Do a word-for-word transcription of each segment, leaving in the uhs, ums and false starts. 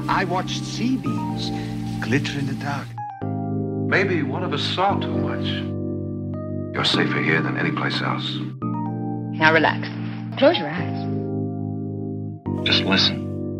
I watched sea beams glitter in the dark. Maybe one of us saw too much. You're safer here than any place else. Now relax. Close your eyes. Just listen.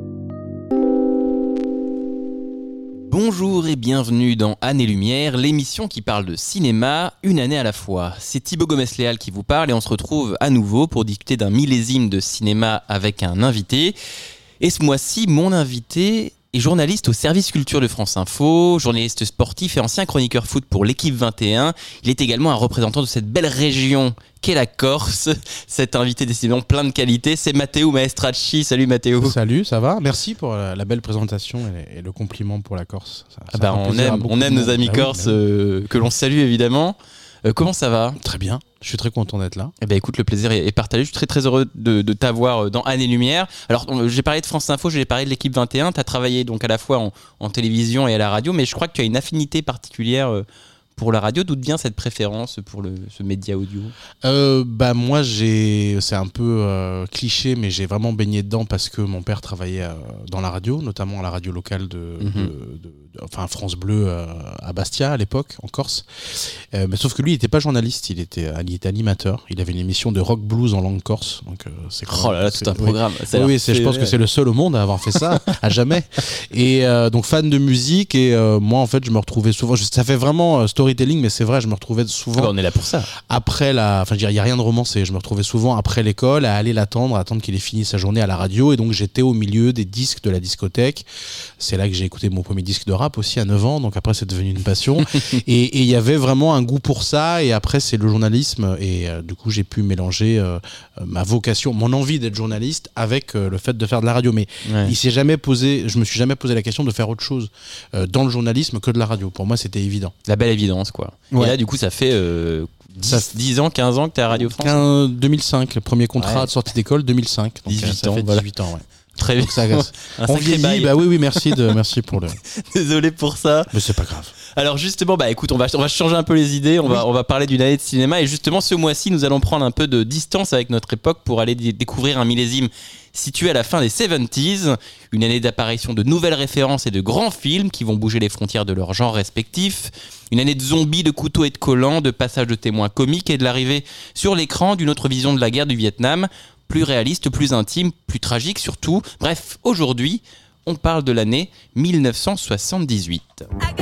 Bonjour et bienvenue dans Année-Lumière, l'émission qui parle de cinéma, une année à la fois. C'est Thibaut Gomez-Léal qui vous parle et on se retrouve à nouveau pour discuter d'un millésime de cinéma avec un invité. Et ce mois-ci, mon invité est journaliste au service culture de France Info, journaliste sportif et ancien chroniqueur foot pour l'équipe vingt et un. Il est également un représentant de cette belle région qu'est la Corse. Cet invité décidément plein de qualités, c'est Matteo Maestracci. Salut Matteo. Salut, ça va ? Merci pour la, la belle présentation et, et le compliment pour la Corse. Ça, ah ça bah on aime, on aime nos amis ah corses oui, euh, oui. que l'on salue évidemment. Euh, comment ça va ? Très bien, je suis très content d'être là. Eh ben écoute, le plaisir est, est partagé. Je suis très très heureux de, de t'avoir dans Année-Lumière. Alors on, j'ai parlé de France Info, j'ai parlé de l'équipe vingt et un. Tu as travaillé donc à la fois en, en télévision et à la radio, mais je crois que tu as une affinité particulière euh, pour la radio. D'où vient cette préférence pour le, ce média audio ? euh, bah moi j'ai, c'est un peu euh, cliché, mais j'ai vraiment baigné dedans parce que mon père travaillait euh, dans la radio, notamment à la radio locale de, mm-hmm. de, de, de enfin France Bleu euh, à Bastia à l'époque en Corse. Euh, mais sauf que lui il n'était pas journaliste, il était, il était animateur. Il avait une émission de rock blues en langue corse. Donc euh, c'est oh là là, tout un oui. programme. Ça oui, c'est, je pense que c'est le seul au monde à avoir fait ça à jamais. Et euh, donc fan de musique et euh, moi en fait je me retrouvais souvent. Ça fait vraiment euh, storytelling, mais c'est vrai, je me retrouvais souvent. Bah on est là pour ça. Après la, enfin, il y a rien de romancé. Je me retrouvais souvent après l'école à aller l'attendre, à attendre qu'il ait fini sa journée à la radio, et donc j'étais au milieu des disques de la discothèque. C'est là que j'ai écouté mon premier disque de rap aussi à neuf ans. Donc après c'est devenu une passion. et il y avait vraiment un goût pour ça. Et après c'est le journalisme. Et euh, du coup j'ai pu mélanger euh, ma vocation, mon envie d'être journaliste avec euh, le fait de faire de la radio. Mais ouais. il s'est jamais posé, je me suis jamais posé la question de faire autre chose euh, dans le journalisme que de la radio. Pour moi c'était évident. La belle évidence quoi. Ouais. Et là, du coup, ça fait euh, dix, dix ans, quinze ans que tu es à Radio France quinze, deux mille cinq, le premier contrat ouais. de sortie d'école, deux mille cinq. Donc dix-huit ça ans, fait voilà. dix-huit ans, ouais. Très bien. Ça, on vieillit, bah oui, oui, merci, de, merci pour le. Désolé pour ça. Mais c'est pas grave. Alors justement, bah écoute, on va, on va changer un peu les idées, on, oui. va, on va parler d'une année de cinéma et justement ce mois-ci, nous allons prendre un peu de distance avec notre époque pour aller d- découvrir un millésime situé à la fin des soixante-dix, une année d'apparition de nouvelles références et de grands films qui vont bouger les frontières de leur genre respectif, une année de zombies, de couteaux et de collants, de passages de témoins comiques et de l'arrivée sur l'écran d'une autre vision de la guerre du Vietnam, plus réaliste, plus intime, plus tragique surtout. Bref, aujourd'hui, on parle de l'année dix-neuf cent soixante-dix-huit.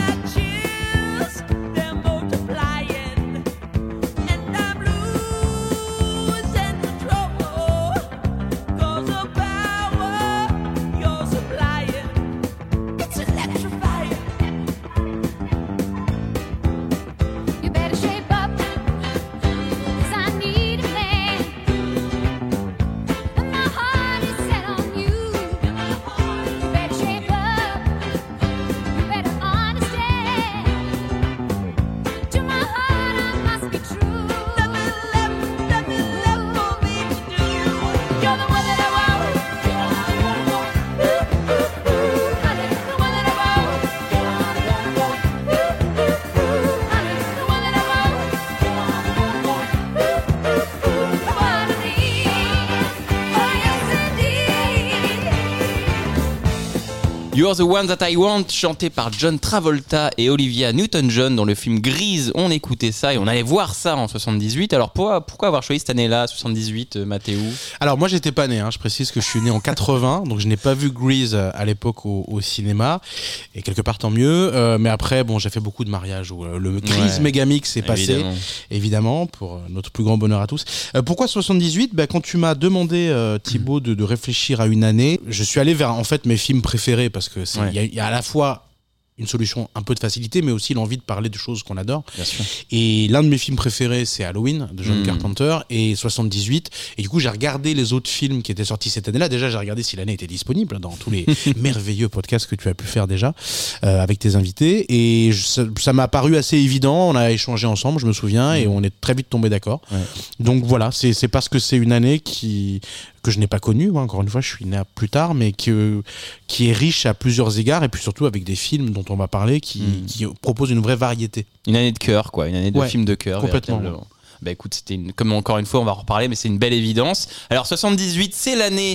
You're the One That I Want, chanté par John Travolta et Olivia Newton-John dans le film Grease. On écoutait ça et on allait voir ça en soixante-dix-huit. Alors pourquoi, pourquoi avoir choisi cette année-là, soixante-dix-huit, euh, Mathéo ? Alors moi j'étais pas né, hein. Je précise que je suis né en quatre-vingts, donc je n'ai pas vu Grease à l'époque au, au cinéma, et quelque part tant mieux. Euh, mais après bon, j'ai fait beaucoup de mariages où euh, le Grease ouais, Megamix est passé, évidemment, évidemment pour euh, notre plus grand bonheur à tous. Euh, pourquoi soixante-dix-huit ? Bah, quand tu m'as demandé euh, Thibaut de, de réfléchir à une année, je suis allé vers en fait mes films préférés parce que il ouais. y, y a à la fois une solution un peu de facilité, mais aussi l'envie de parler de choses qu'on adore. Bien sûr. Et l'un de mes films préférés, c'est Halloween de John mmh. Carpenter et soixante-dix-huit. Et du coup, j'ai regardé les autres films qui étaient sortis cette année-là. Déjà, j'ai regardé si l'année était disponible dans tous les merveilleux podcasts que tu as pu faire déjà euh, avec tes invités. Et je, ça, ça m'a paru assez évident. On a échangé ensemble, je me souviens, mmh. et on est très vite tombé d'accord. Ouais. Donc voilà, c'est, c'est parce que c'est une année qui que je n'ai pas connu, moi, encore une fois, je suis né plus tard, mais que, qui est riche à plusieurs égards, et puis surtout avec des films dont on va parler, qui, mmh. qui proposent une vraie variété. Une année de cœur, quoi, une année de ouais, films de cœur. Complètement. Bah écoute, c'était une, comme encore une fois, on va en reparler, mais c'est une belle évidence. Alors soixante-dix-huit, c'est l'année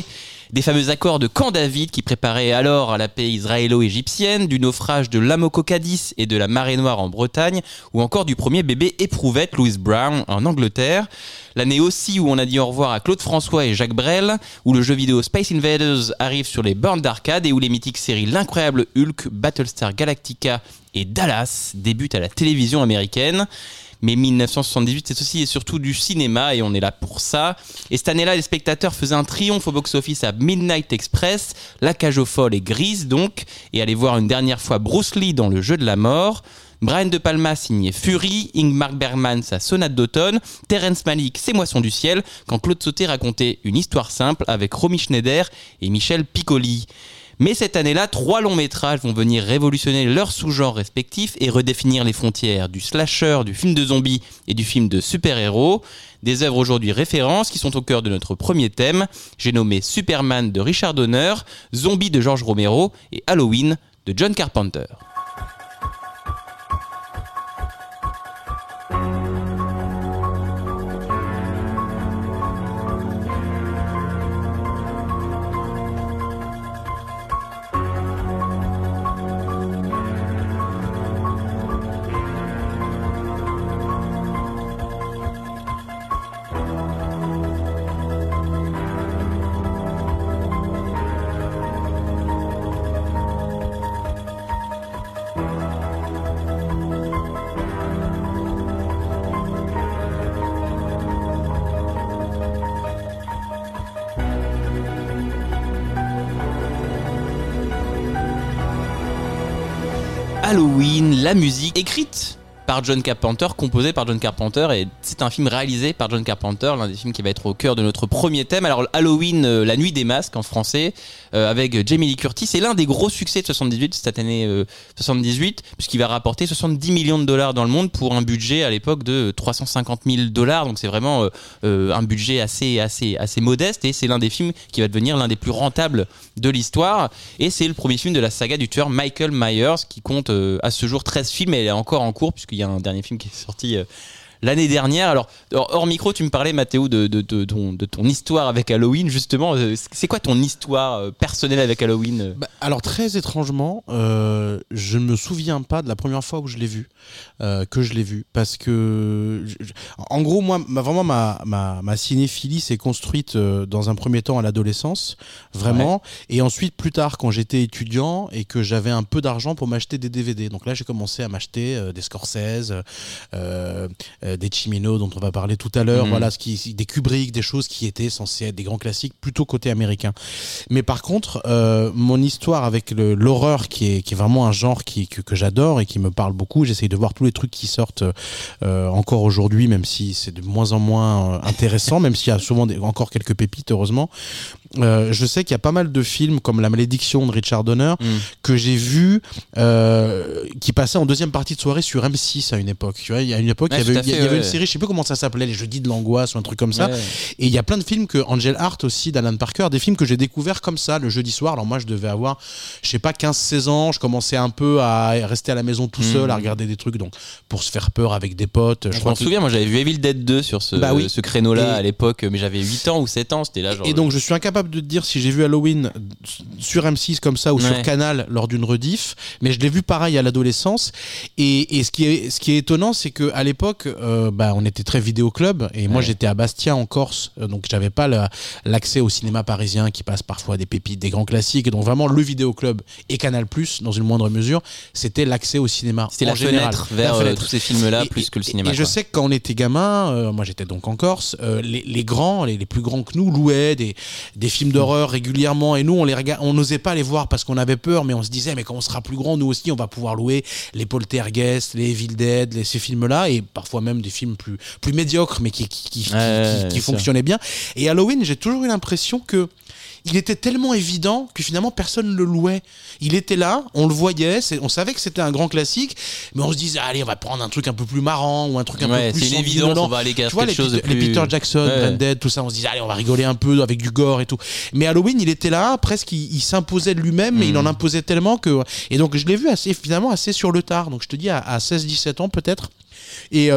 Des fameux accords de Camp David qui préparaient alors à la paix israélo-égyptienne, du naufrage de l'Amoco Cadiz et de la marée noire en Bretagne, ou encore du premier bébé éprouvette Louis Brown en Angleterre. L'année aussi où on a dit au revoir à Claude François et Jacques Brel, où le jeu vidéo Space Invaders arrive sur les bornes d'arcade et où les mythiques séries L'Incroyable Hulk, Battlestar Galactica et Dallas débutent à la télévision américaine. Mais dix-neuf cent soixante-dix-huit, c'est aussi et surtout du cinéma et on est là pour ça. Et cette année-là, les spectateurs faisaient un triomphe au box-office à Midnight Express, La Cage aux Folles et Grise donc, et aller voir une dernière fois Bruce Lee dans Le Jeu de la Mort. Brian De Palma signait Fury, Ingmar Bergman sa Sonate d'automne, Terrence Malick ses Moissons du ciel, quand Claude Sauté racontait une histoire simple avec Romy Schneider et Michel Piccoli. Mais cette année-là, trois longs métrages vont venir révolutionner leurs sous-genres respectifs et redéfinir les frontières du slasher, du film de zombies et du film de super-héros. Des œuvres aujourd'hui références qui sont au cœur de notre premier thème. J'ai nommé Superman de Richard Donner, Zombie de George Romero et Halloween de John Carpenter. Halloween, la musique écrite par John Carpenter, composée par John Carpenter, et c'est un film réalisé par John Carpenter, l'un des films qui va être au cœur de notre premier thème. Alors Halloween, euh, la nuit des masques en français, euh, avec Jamie Lee Curtis, c'est l'un des gros succès de soixante-dix-huit, cette année euh, soixante-dix-huit, puisqu'il va rapporter soixante-dix millions de dollars dans le monde pour un budget à l'époque de trois cent cinquante mille dollars, donc c'est vraiment euh, euh, un budget assez, assez, assez modeste, et c'est l'un des films qui va devenir l'un des plus rentables de l'histoire, et c'est le premier film de la saga du tueur Michael Myers, qui compte euh, à ce jour treize films, et elle est encore en cours, puisqu'il il y a un dernier film qui est sorti euh, l'année dernière. Alors, hors micro, tu me parlais, Mathéo, de, de, de, ton, de ton histoire avec Halloween, justement. C'est quoi ton histoire personnelle avec Halloween ? Bah, alors, très étrangement, euh, je ne me souviens pas de la première fois où je l'ai vu, euh, que je l'ai vu. Parce que, je, je, en gros, moi, ma, vraiment, ma, ma, ma cinéphilie s'est construite euh, dans un premier temps à l'adolescence, vraiment. Ouais. Et ensuite, plus tard, quand j'étais étudiant et que j'avais un peu d'argent pour m'acheter des D V D. Donc là, j'ai commencé à m'acheter euh, des Scorsese, euh, euh, des Cimino dont on va parler tout à l'heure, mmh. voilà, ce qui, des Kubrick, des choses qui étaient censées être des grands classiques plutôt côté américain. Mais par contre, euh, mon histoire avec le, l'horreur qui est, qui est vraiment un genre qui, que, que j'adore et qui me parle beaucoup, j'essaye de voir tous les trucs qui sortent euh, encore aujourd'hui, même si c'est de moins en moins euh, intéressant, même s'il y a souvent des, encore quelques pépites, heureusement. Euh, je sais qu'il y a pas mal de films comme La Malédiction de Richard Donner mmh. que j'ai vu euh, qui passaient en deuxième partie de soirée sur M six à une époque. Tu vois, il y a une époque, ouais, il y avait, fait, il y avait ouais. une série, je sais plus comment ça s'appelait, Les Jeudis de l'angoisse ou un truc comme ça. Ouais. Et il y a plein de films que Angel Heart aussi d'Alan Parker, des films que j'ai découverts comme ça le jeudi soir. Alors moi, je devais avoir, je sais pas, quinze seize ans. Je commençais un peu à rester à la maison tout seul, mmh. à regarder des trucs, donc pour se faire peur avec des potes. Je, je m'en que... souviens, moi j'avais vu Evil Dead deux sur ce, bah oui. ce créneau-là et... à l'époque, mais j'avais huit ans ou sept ans, c'était là. Genre et donc je suis incapable de te dire si j'ai vu Halloween sur M six comme ça ou ouais. sur Canal lors d'une rediff, mais je l'ai vu pareil à l'adolescence. Et, et ce qui est ce qui est étonnant, c'est que à l'époque, euh, bah on était très vidéoclub et ouais. moi j'étais à Bastia en Corse, donc j'avais pas la, l'accès au cinéma parisien qui passe parfois des pépites, des grands classiques. Et donc vraiment le vidéoclub et Canal Plus dans une moindre mesure, c'était l'accès au cinéma. C'était en la général, fenêtre vers la fenêtre. Euh, tous ces films-là et, plus et, que le cinéma. Et, et je sais que quand on était gamin, euh, moi j'étais donc en Corse, euh, les, les grands, les, les plus grands que nous louaient des des films d'horreur régulièrement. régulièrement et nous on les rega- on n'osait pas les voir parce qu'on avait peur, mais on se disait mais quand on sera plus grand nous aussi on va pouvoir louer les Poltergeist, les Evil Dead, les, ces films là et parfois même des films plus plus médiocres mais qui qui, qui, ouais, qui, qui fonctionnaient bien. Et Halloween, j'ai toujours eu l'impression que il était tellement évident que finalement personne ne le louait. Il était là, on le voyait, c'est, on savait que c'était un grand classique, mais on se disait allez on va prendre un truc un peu plus marrant ou un truc un ouais, peu plus c'est une évidence, on va aller quelque vois, chose les, de plus... les Peter Jackson, ouais. Branded, tout ça, on se disait allez on va rigoler un peu avec du gore et tout. Mais Halloween il était là, presque il, il s'imposait de lui-même, mais mmh. il en imposait tellement que et donc je l'ai vu assez finalement assez sur le tard. Donc je te dis à, à seize dix-sept ans peut-être et euh,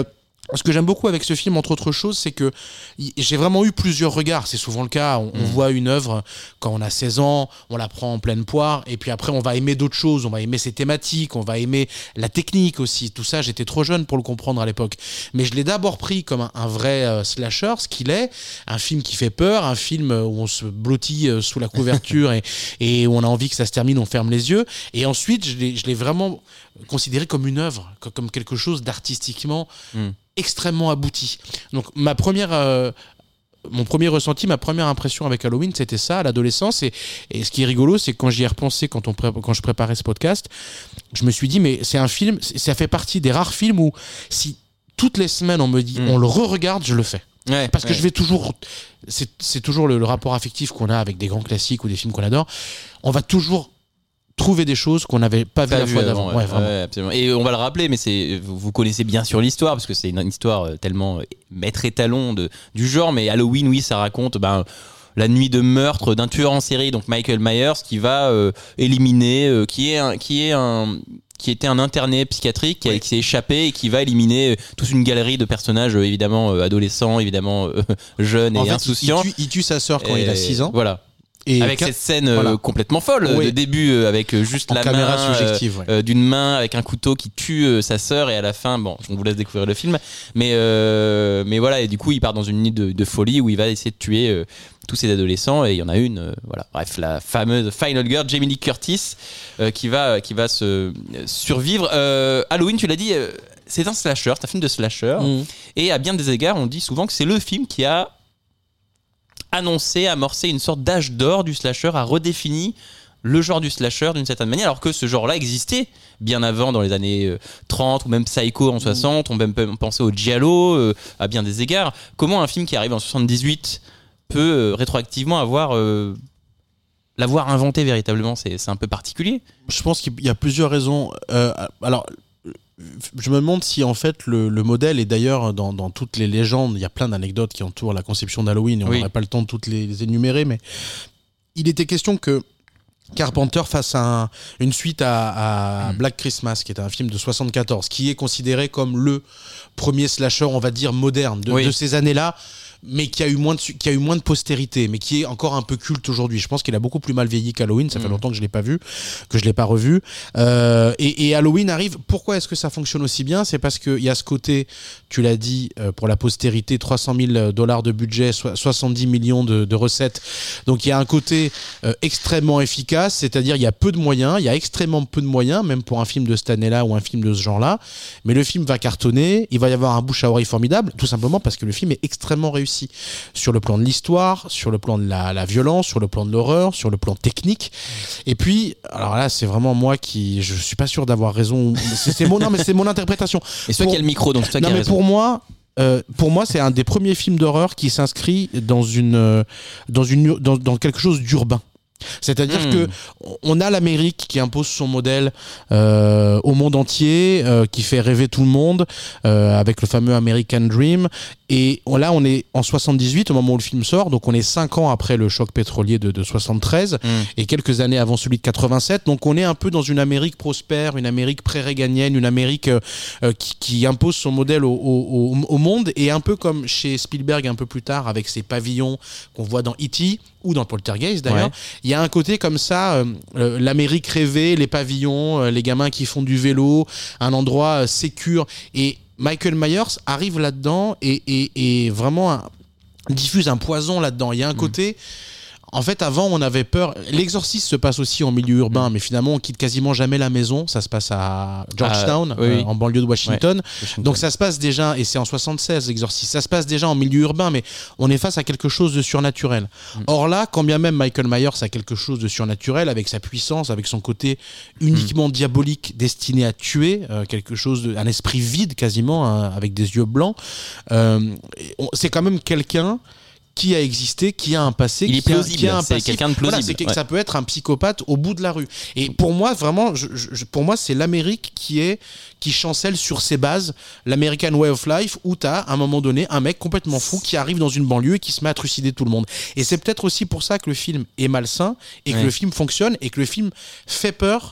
Ce que j'aime beaucoup avec ce film, entre autres choses, c'est que j'ai vraiment eu plusieurs regards. C'est souvent le cas. On, mmh. on voit une œuvre quand on a seize ans, on la prend en pleine poire, et puis après, on va aimer d'autres choses. On va aimer ses thématiques, on va aimer la technique aussi. Tout ça, j'étais trop jeune pour le comprendre à l'époque. Mais je l'ai d'abord pris comme un, un vrai euh, slasher, ce qu'il est. Un film qui fait peur, un film où on se blottit euh, sous la couverture et, et où on a envie que ça se termine, on ferme les yeux. Et ensuite, je l'ai, je l'ai vraiment considéré comme une œuvre, comme quelque chose d'artistiquement mmh. extrêmement abouti. Donc ma première, euh, mon premier ressenti, ma première impression avec Halloween, c'était ça à l'adolescence. Et, et ce qui est rigolo, c'est que quand j'y ai repensé, quand, on pré- quand je préparais ce podcast, je me suis dit, mais c'est un film, ça fait partie des rares films où si toutes les semaines on me dit, mmh. on le re-regarde, je le fais. Ouais, Parce que ouais. je vais toujours, c'est, c'est toujours le, le rapport affectif qu'on a avec des grands classiques ou des films qu'on adore. On va toujours trouver des choses qu'on n'avait pas, pas vues la fois d'avant. Ouais, ouais, vraiment. Ouais, absolument. Et on va le rappeler, mais c'est, vous, vous connaissez bien sûr l'histoire, parce que c'est une, une histoire tellement maître étalon de, du genre, mais Halloween, oui, ça raconte ben, la nuit de meurtre d'un tueur en série, donc Michael Myers, qui va euh, éliminer, euh, qui est un... Qui est un qui était un interné psychiatrique qui, a, oui. qui s'est échappé et qui va éliminer toute une galerie de personnages euh, évidemment euh, adolescents, évidemment euh, jeunes en et fait, insouciants. Il tue, il tue sa sœur quand et, il a six ans. Voilà. Et avec cette scène voilà. euh, complètement folle oui. de début euh, avec euh, juste en la caméra main subjective, euh, ouais. euh, d'une main avec un couteau qui tue euh, sa sœur et à la fin bon on vous laisse découvrir le film mais euh, mais voilà et du coup il part dans une nuit de, de folie où il va essayer de tuer euh, tous ces adolescents et il y en a une euh, voilà bref la fameuse Final Girl Jamie Lee Curtis euh, qui va qui va se euh, survivre euh, Halloween tu l'as dit euh, c'est un slasher c'est un film de slasher mmh. et à bien des égards on dit souvent que c'est le film qui a annoncé, amorcé une sorte d'âge d'or du slasher, a redéfini le genre du slasher d'une certaine manière, alors que ce genre-là existait bien avant dans les années trente ou même Psycho en soixante, on peut même penser au Giallo euh, à bien des égards. Comment un film qui arrive en soixante-dix-huit peut euh, rétroactivement avoir euh, l'avoir inventé véritablement, c'est, c'est un peu particulier. Je pense qu'il y a plusieurs raisons. Euh, alors je me demande si en fait le, le modèle, et d'ailleurs dans, dans toutes les légendes, il y a plein d'anecdotes qui entourent la conception d'Halloween et on n'aurait oui. pas le temps de toutes les, les énumérer, mais il était question que Carpenter fasse un, une suite à, à mmh. Black Christmas, qui est un film de soixante-quatorze, qui est considéré comme le premier slasher, on va dire, moderne de, oui. de ces années-là, mais qui a eu moins de qui a eu moins de postérité, mais qui est encore un peu culte aujourd'hui. Je pense qu'il a beaucoup plus mal vieilli qu'Halloween. Ça fait mmh. longtemps que je l'ai pas vu, que je l'ai pas revu. Euh, et, et Halloween arrive. Pourquoi est-ce que ça fonctionne aussi bien ? C'est parce que il y a ce côté, tu l'as dit, euh, pour la postérité, trois cent mille dollars de budget, so- soixante-dix millions de, de recettes. Donc il y a un côté euh, extrêmement efficace, c'est-à-dire il y a peu de moyens, il y a extrêmement peu de moyens, même pour un film de cette année-là ou un film de ce genre-là. Mais le film va cartonner. Il va y avoir un bouche à oreille formidable, tout simplement parce que le film est extrêmement réussi. Sur le plan de l'histoire, sur le plan de la, la violence, sur le plan de l'horreur, sur le plan technique. Et puis, alors là, c'est vraiment moi qui, je suis pas sûr d'avoir raison. C'est, c'est mon, non, mais c'est mon interprétation. Et c'est toi qui as le micro, donc c'est toi non, qui as mais raison. Pour moi, euh, pour moi, c'est un des premiers films d'horreur qui s'inscrit dans une, dans une, dans, dans quelque chose d'urbain. C'est-à-dire mmh. que on a l'Amérique qui impose son modèle euh, au monde entier, euh, qui fait rêver tout le monde euh, avec le fameux American Dream. Et on, là, on est en soixante-dix-huit au moment où le film sort, donc on est cinq ans après le choc pétrolier de, de soixante-treize mmh. et quelques années avant celui de quatre-vingt-sept. Donc on est un peu dans une Amérique prospère, une Amérique pré-réganienne, une Amérique euh, qui, qui impose son modèle au, au, au monde, et un peu comme chez Spielberg un peu plus tard avec ses pavillons qu'on voit dans E T ou dans Poltergeist d'ailleurs. Ouais. Il y a un côté comme ça, euh, l'Amérique rêvée, les pavillons, euh, les gamins qui font du vélo, un endroit euh, sécure. Et Michael Myers arrive là-dedans et, et, et vraiment un, diffuse un poison là-dedans. Il y a un mmh. côté... En fait, avant, on avait peur. L'exorcisme se passe aussi en milieu urbain, mmh. mais finalement, on quitte quasiment jamais la maison. Ça se passe à Georgetown, ah, oui, euh, oui. en banlieue de Washington. Ouais, Washington. Donc ça se passe déjà, et c'est en soixante-seize, l'exorcisme. Ça se passe déjà en milieu urbain, mais on est face à quelque chose de surnaturel. Mmh. Or là, quand bien même Michael Myers a quelque chose de surnaturel, avec sa puissance, avec son côté uniquement mmh. diabolique, destiné à tuer, euh, quelque chose, de, un esprit vide quasiment, hein, avec des yeux blancs, euh, on, c'est quand même quelqu'un qui a existé, qui a un passé, il est qui, plausible, a, qui a un c'est passif. quelqu'un de plausible. Voilà, c'est, ouais. Ça peut être un psychopathe au bout de la rue. Et pour moi, vraiment, je, je, pour moi, c'est l'Amérique qui est qui chancelle sur ses bases, l'American Way of Life, où t'as à un moment donné un mec complètement fou qui arrive dans une banlieue et qui se met à trucider tout le monde. Et c'est peut-être aussi pour ça que le film est malsain et que ouais. le film fonctionne et que le film fait peur.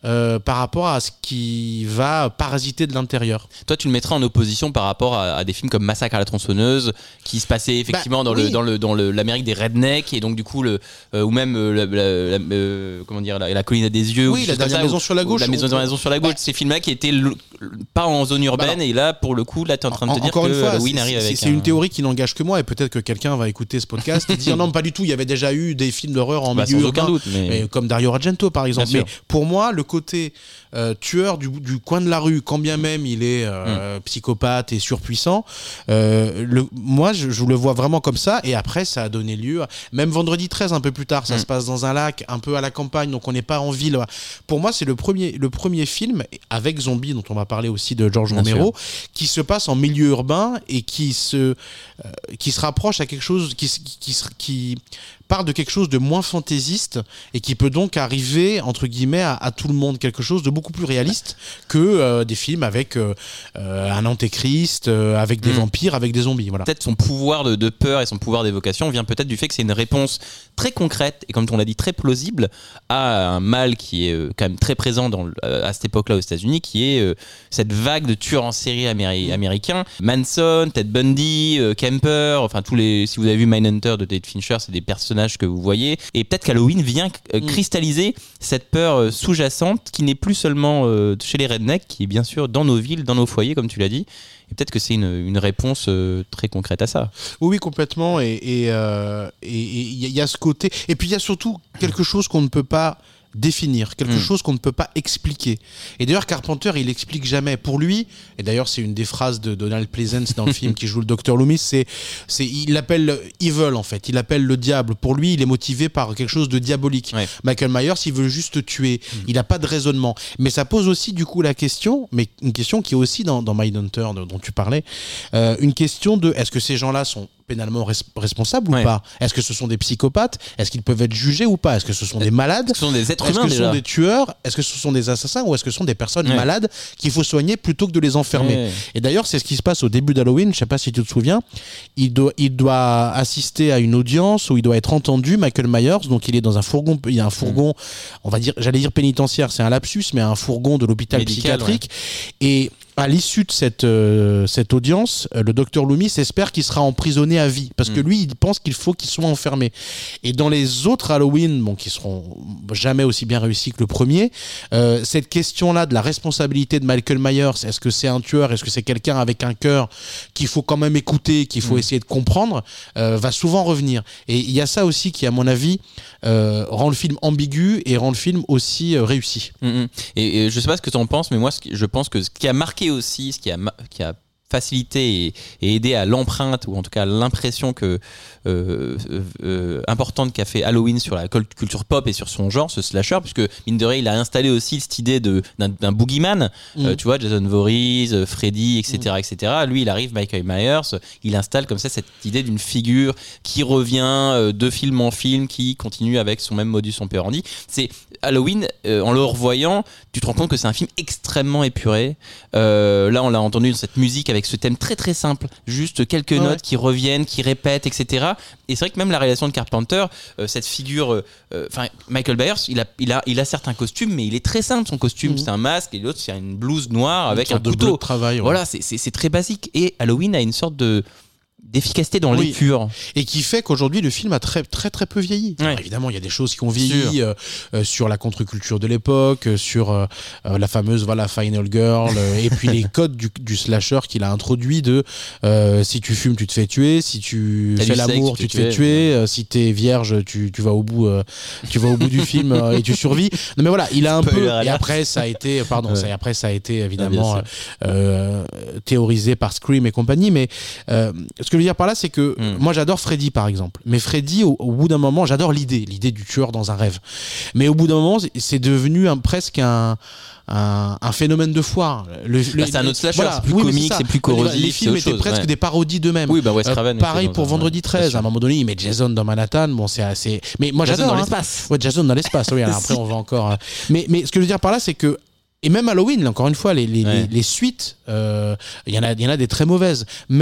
euh, par rapport à ce qui va parasiter de l'intérieur. Toi, tu le mettrais en opposition par rapport à, à des films comme Massacre à la tronçonneuse, qui se passaient effectivement bah, dans, oui. le, dans, le, dans le, l'Amérique des rednecks, et donc du coup, le, euh, ou même euh, la, la, la, euh, comment dire, la, la colline à des yeux. Oui, ou la dernière ça, maison ou, sur la gauche. La maison, ou... maison sur la gauche, bah, ces films-là qui étaient le, pas en zone urbaine, bah et là, pour le coup, là, tu es en train de te en, dire encore que une fois, Halloween c'est, arrive c'est, avec c'est un... une théorie qui n'engage que moi, et peut-être que quelqu'un va écouter ce podcast et dire non, pas du tout, il y avait déjà eu des films d'horreur en bah, milieu sans urbain, aucun doute, mais... mais comme Dario Argento par exemple. Bien Mais sûr. pour moi, le côté euh, tueur du, du coin de la rue, quand bien même il est euh, mm. psychopathe et surpuissant, euh, le, moi je, je le vois vraiment comme ça. Et après, ça a donné lieu, à, même Vendredi treize un peu plus tard, ça mm. se passe dans un lac, un peu à la campagne, donc on n'est pas en ville. Pour moi, c'est le premier, le premier film avec Zombie, dont on va parler aussi de George Bien Romero, sûr. qui se passe en milieu urbain et qui se, euh, qui se rapproche à quelque chose qui, qui, qui, qui parle de quelque chose de moins fantaisiste et qui peut donc arriver entre guillemets à, à tout le monde, quelque chose de beaucoup plus réaliste que euh, des films avec euh, euh, un antéchrist, euh, avec des mmh. vampires, avec des zombies. Voilà. Peut-être son pouvoir de, de peur et son pouvoir d'évocation vient peut-être du fait que c'est une réponse très concrète et comme on l'a dit très plausible à un mal qui est euh, quand même très présent dans, à cette époque-là aux États-Unis, qui est euh, cette vague de tueurs en série améri- américains, Manson, Ted Bundy, euh, Kemper, enfin tous les. Si vous avez vu Mindhunter de David Fincher, c'est des personnages que vous voyez, et peut-être qu'Halloween vient euh, mm. cristalliser cette peur euh, sous-jacente qui n'est plus seulement euh, chez les rednecks, qui est bien sûr dans nos villes, dans nos foyers, comme tu l'as dit, et peut-être que c'est une, une réponse euh, très concrète à ça. Oui, oui, complètement, et il euh, et, et, y, y a ce côté, et puis il y a surtout quelque chose qu'on ne peut pas définir, quelque mmh. chose qu'on ne peut pas expliquer. Et d'ailleurs, Carpenter, il explique jamais. Pour lui, et d'ailleurs, c'est une des phrases de Donald Pleasence dans le film qui joue le docteur Loomis, c'est, c'est, il l'appelle evil, en fait. Il appelle le diable. Pour lui, il est motivé par quelque chose de diabolique. Ouais. Michael Myers, il veut juste tuer. Mmh. Il n'a pas de raisonnement. Mais ça pose aussi, du coup, la question, mais une question qui est aussi dans, dans Mindhunter, dont tu parlais, euh, une question de, est-ce que ces gens-là sont pénalement res- responsables ouais. ou pas ? Est-ce que ce sont des psychopathes ? Est-ce qu'ils peuvent être jugés ou pas ? Est-ce que ce sont des malades ? Est-ce que ce sont des êtres Est-ce humains que ce déjà sont des tueurs ? Est-ce que ce sont des assassins ? Ou est-ce que ce sont des personnes ouais. malades qu'il faut soigner plutôt que de les enfermer ? ouais. Et d'ailleurs, c'est ce qui se passe au début d'Halloween. Je sais pas si tu te souviens. Il doit, il doit assister à une audience où il doit être entendu, Michael Myers. Donc il est dans un fourgon. Il y a un fourgon, mmh. on va dire, j'allais dire pénitentiaire, c'est un lapsus, mais un fourgon de l'hôpital Médical, psychiatrique. Ouais. Et à l'issue de cette, euh, cette audience, euh, le docteur Loomis espère qu'il sera emprisonné à vie. Parce mmh. que lui, il pense qu'il faut qu'il soit enfermé. Et dans les autres Halloween, bon, qui seront jamais aussi bien réussis que le premier, euh, cette question-là de la responsabilité de Michael Myers, est-ce que c'est un tueur, est-ce que c'est quelqu'un avec un cœur qu'il faut quand même écouter, qu'il faut mmh. essayer de comprendre, euh, va souvent revenir. Et il y a ça aussi qui, à mon avis, euh, rend le film ambigu et rend le film aussi euh, réussi. Mmh. Et, et je sais pas ce que tu en penses, mais moi, ce qui, je pense que ce qui a marqué aussi, ce qui a, qui a facilité et, et aidé à l'empreinte, ou en tout cas à l'impression que, euh, euh, importante qu'a fait Halloween sur la culture pop et sur son genre, ce slasher, puisque mine de rien, il a installé aussi cette idée de, d'un, d'un boogeyman, mmh. euh, tu vois, Jason Voorhees, Freddy, et cetera, mmh. et cetera. Lui, il arrive, Michael Myers, il installe comme ça cette idée d'une figure qui revient euh, de film en film, qui continue avec son même modus operandi. C'est Halloween, euh, en le revoyant, tu te rends compte que c'est un film extrêmement épuré. Euh, là, on l'a entendu dans cette musique avec ce thème très très simple, juste quelques ouais. notes qui reviennent, qui répètent, et cetera. Et c'est vrai que même la réalisation de Carpenter, euh, cette figure, enfin euh, Michael Myers, il a, il a, il a certains costumes, mais il est très simple. Son costume, mmh. c'est un masque, et l'autre, c'est une blouse noire avec un couteau. De travail. Ouais. Voilà, c'est, c'est, c'est très basique. Et Halloween a une sorte de d'efficacité dans oui. l'épure. Et qui fait qu'aujourd'hui, le film a très, très, très peu vieilli. Ouais. Alors, évidemment, il y a des choses qui ont vieilli euh, euh, sur la contre-culture de l'époque, euh, sur euh, euh, la fameuse voilà, Final Girl, euh, et puis les codes du, du slasher qu'il a introduit de euh, si tu fumes, tu te fais tuer, si tu T'as fais l'amour, sexe, tu te fais tuer, ouais. euh, si t'es vierge, tu, tu vas au bout, euh, tu vas au bout du film euh, et tu survis. Non, mais voilà, il a un peu. Et après, ça a été, pardon, ouais. ça, et après, ça a été évidemment euh, théorisé par Scream et compagnie. Mais euh, ce que je veux dire par là, c'est que mmh. moi j'adore Freddy par exemple, mais Freddy au, au bout d'un moment, j'adore l'idée, l'idée du tueur dans un rêve, mais au bout d'un moment c'est devenu un, presque un Un, un phénomène de foire. Le, bah, le, c'est un autre slasher, voilà. c'est plus oui, comique, c'est, c'est plus corrosif. Les, les films étaient chose, presque ouais. des parodies d'eux-mêmes. Oui, bah Wes Craven. Euh, pareil pour Vendredi treize. À un moment donné, il met Jason dans Manhattan. Bon, c'est assez. Mais moi, Jason j'adore. dans hein. l'espace. Ouais, Jason dans l'espace. Oui. Alors après, on va encore. Mais, mais ce que je veux dire par là, c'est que. Et même Halloween, là, encore une fois, les, les, ouais. les, les suites, il euh, y en a, il y en a des très mauvaises. Mais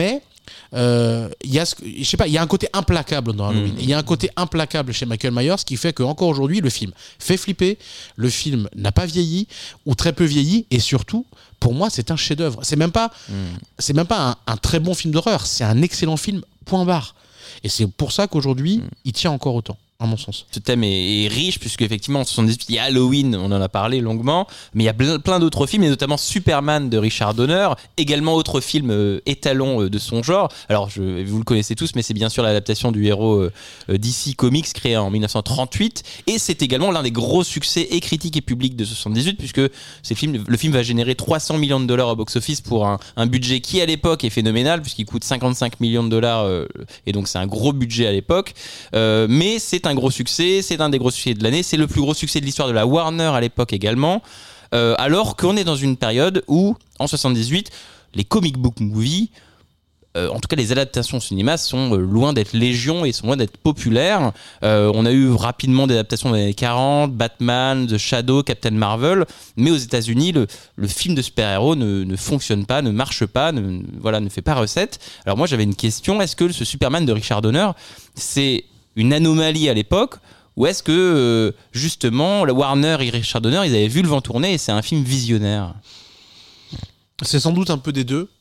euh, il y a, ce- je sais pas, il y a un côté implacable dans Halloween. Mm. Il y a un côté implacable chez Michael Myers qui fait qu'encore aujourd'hui, le film fait flipper, le film n'a pas vieilli ou très peu vieilli, et surtout, pour moi, c'est un chef-d'œuvre. C'est même pas, Mm. c'est même pas un, un très bon film d'horreur, c'est un excellent film. Point barre. Et c'est pour ça qu'aujourd'hui, Mm. il tient encore autant, à mon sens. Ce thème est, est riche, puisque effectivement en soixante-dix-huit il y a Halloween, on en a parlé longuement, mais il y a plein, plein d'autres films, et notamment Superman de Richard Donner, également autre film euh, étalon euh, de son genre. Alors je, vous le connaissez tous, mais c'est bien sûr l'adaptation du héros euh, euh, D C Comics créé en dix-neuf cent trente-huit, et c'est également l'un des gros succès et critiques et publics de soixante-dix-huit, puisque c'est le, film, le film va générer trois cents millions de dollars au box-office pour un, un budget qui à l'époque est phénoménal, puisqu'il coûte cinquante-cinq millions de dollars, euh, et donc c'est un gros budget à l'époque, euh, mais c'est un gros succès, c'est un des gros succès de l'année, c'est le plus gros succès de l'histoire de la Warner à l'époque également, euh, alors qu'on est dans une période où, en soixante-dix-huit, les comic book movies, euh, en tout cas les adaptations au cinéma, sont euh, loin d'être légion et sont loin d'être populaires. Euh, on a eu rapidement des adaptations dans les années quarante, Batman, The Shadow, Captain Marvel, mais aux États-Unis, le, le film de super-héros ne, ne fonctionne pas, ne marche pas, ne, voilà, ne fait pas recette. Alors moi j'avais une question, est-ce que ce Superman de Richard Donner, c'est une anomalie à l'époque, ou est-ce que euh, justement la Warner et Richard Donner, ils avaient vu le vent tourner et c'est un film visionnaire? C'est sans doute un peu des deux.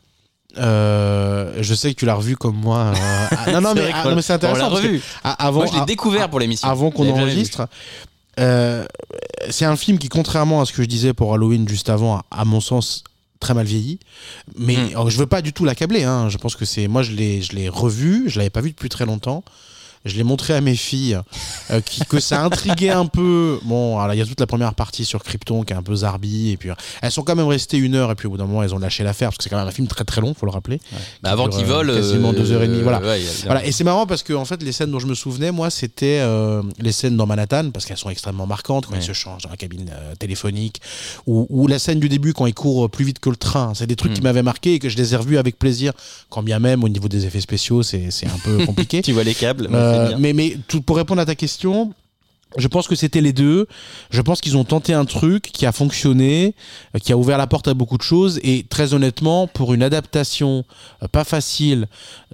Euh, je sais que tu l'as revu comme moi. euh, ah, non, non, C'est mais, vrai ah, qu'on- non, mais c'est intéressant. on l'a parce que, revu. ah, avant, Moi je l'ai ah, découvert ah, pour l'émission. Avant qu'on J'avais jamais vu. enregistre, euh, c'est un film qui, contrairement à ce que je disais pour Halloween juste avant, a, à mon sens, très mal vieilli. Mais Mm. alors, je veux pas du tout l'accabler. Hein. Je pense que c'est. Moi, je l'ai, je l'ai revu. Je l'avais pas vu depuis très longtemps. Je l'ai montré à mes filles, euh, qui, que ça intriguait un peu. Bon, alors il y a toute la première partie sur Krypton qui est un peu zarbi, et puis euh, elles sont quand même restées une heure, et puis au bout d'un moment elles ont lâché l'affaire parce que c'est quand même un film très très long, faut le rappeler. Ouais. Bah, avant dure, qu'il euh, vole, quasiment euh, deux heures et demie. Voilà. ouais, il y a- Voilà, et c'est marrant parce que en fait les scènes dont je me souvenais, moi, c'était euh, les scènes dans Manhattan, parce qu'elles sont extrêmement marquantes quand Ouais. ils se changent dans la cabine euh, téléphonique, ou, ou la scène du début quand ils courent plus vite que le train. C'est des trucs Mm. qui m'avaient marqué et que je les ai revus avec plaisir, quand bien même au niveau des effets spéciaux c'est c'est un peu compliqué. Tu vois les câbles, ouais, Euh, c'est bien. mais mais tout, pour répondre à ta question, je pense que c'était les deux. Je pense qu'ils ont tenté un truc qui a fonctionné, euh, qui a ouvert la porte à beaucoup de choses. Et très honnêtement, pour une adaptation euh, pas facile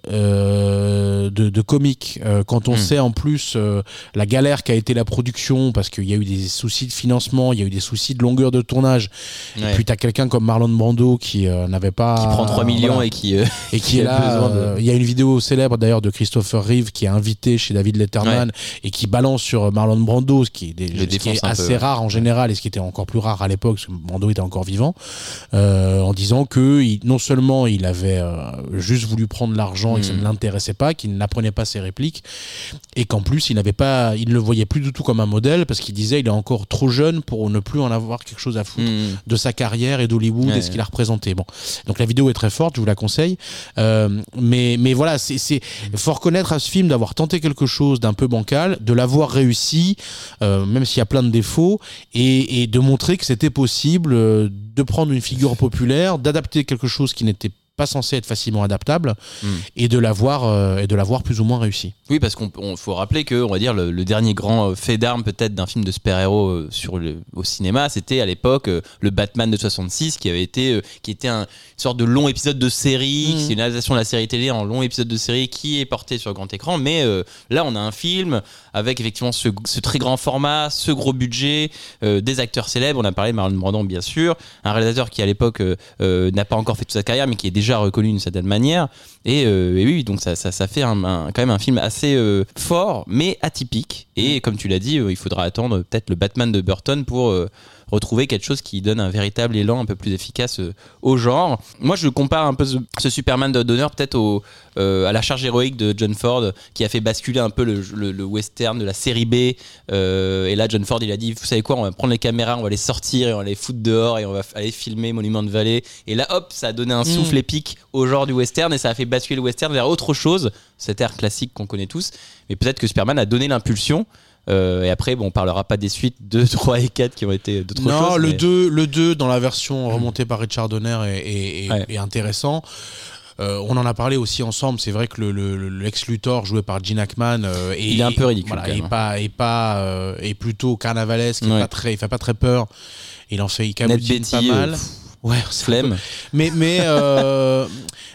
euh, de, de comics, euh, quand on Mm. sait en plus euh, la galère qu'a été la production, parce qu'il y a eu des soucis de financement, il y a eu des soucis de longueur de tournage. Ouais. Et puis t'as quelqu'un comme Marlon Brando qui euh, n'avait pas... Qui prend trois millions voilà. et qui, euh, Et qui qui est a là, besoin de- euh, il y a une vidéo célèbre d'ailleurs de Christopher Reeve qui est invité chez David Letterman et qui balance sur Marlon Brando, ce qui est, des, Le ce qui défonce est un assez peu, ouais. rare en général et ce qui était encore plus rare à l'époque parce que Brando était encore vivant, euh, en disant que il, non seulement il avait euh, juste voulu prendre l'argent et que ça ne Mm. l'intéressait pas, qu'il n'apprenait pas ses répliques et qu'en plus il n'avait pas, il ne le voyait plus du tout comme un modèle parce qu'il disait il est encore trop jeune pour ne plus en avoir quelque chose à foutre Mm. de sa carrière et d'Hollywood Ouais, et ce qu'il a représenté. Bon, donc la vidéo est très forte, je vous la conseille. Euh, mais mais voilà, c'est c'est faut reconnaître à ce film d'avoir tenté quelque chose d'un peu bancal, de l'avoir réussi, euh, même s'il y a plein de défauts, et, et de montrer que c'était possible euh, de prendre une figure populaire, d'adapter quelque chose qui n'était pas censé être facilement adaptable, Mm. et de l'avoir euh, et de l'avoir plus ou moins réussi. Oui, parce qu'on on- faut rappeler que, on va dire, le, le dernier grand euh, fait d'armes peut-être d'un film de super-héros euh, sur le, au cinéma, c'était à l'époque euh, le Batman de soixante-six, qui avait été, euh, qui était un, une sorte de long épisode de série, Mhm. c'est une adaptation de la série télé en long épisode de série qui est porté sur grand écran. Mais euh, là, on a un film avec effectivement ce, ce très grand format, ce gros budget, euh, des acteurs célèbres. On a parlé de Marlon Brando, bien sûr, un réalisateur qui à l'époque euh, euh, n'a pas encore fait toute sa carrière, mais qui est déjà reconnu d'une certaine manière. Et, euh, et oui, donc ça, ça, ça fait un, un- quand même un film assez euh, fort, mais atypique. Et comme tu l'as dit, euh, il faudra attendre peut-être le Batman de Burton pour euh, retrouver quelque chose qui donne un véritable élan un peu plus efficace euh, au genre. Moi, je compare un peu ce, ce Superman de Donner peut-être au, euh, à la charge héroïque de John Ford, qui a fait basculer un peu le, le- le western de la série B. Euh, et là, John Ford, il a dit, vous savez quoi, on va prendre les caméras, on va les sortir et on va les foutre dehors et on va f- aller filmer Monument de Vallée. Et là, hop, ça a donné un souffle épique au genre du western et ça a fait basculer le western vers autre chose, cet air classique qu'on connaît tous. Mais peut-être que Superman a donné l'impulsion. Euh, et après, bon, on parlera pas des suites deux, trois et quatre qui ont été d'autres choses. Non, le mais- deux, le deux dans la version remontée par Richard Donner est, est- est- Ouais. est intéressant. Euh, on en a parlé aussi ensemble. C'est vrai que le, le, le Lex Luthor joué par Gene Hackman euh, est, Il est un peu ridicule, voilà, quand même, et hein. pas et pas euh, est plutôt carnavalesque. Il Ouais. est pas très, il fait pas très peur. Il en fait, il Ned cabotine pas Beatty, mal. euh, Ouais, c'est un peu- flemme. Mais mais euh,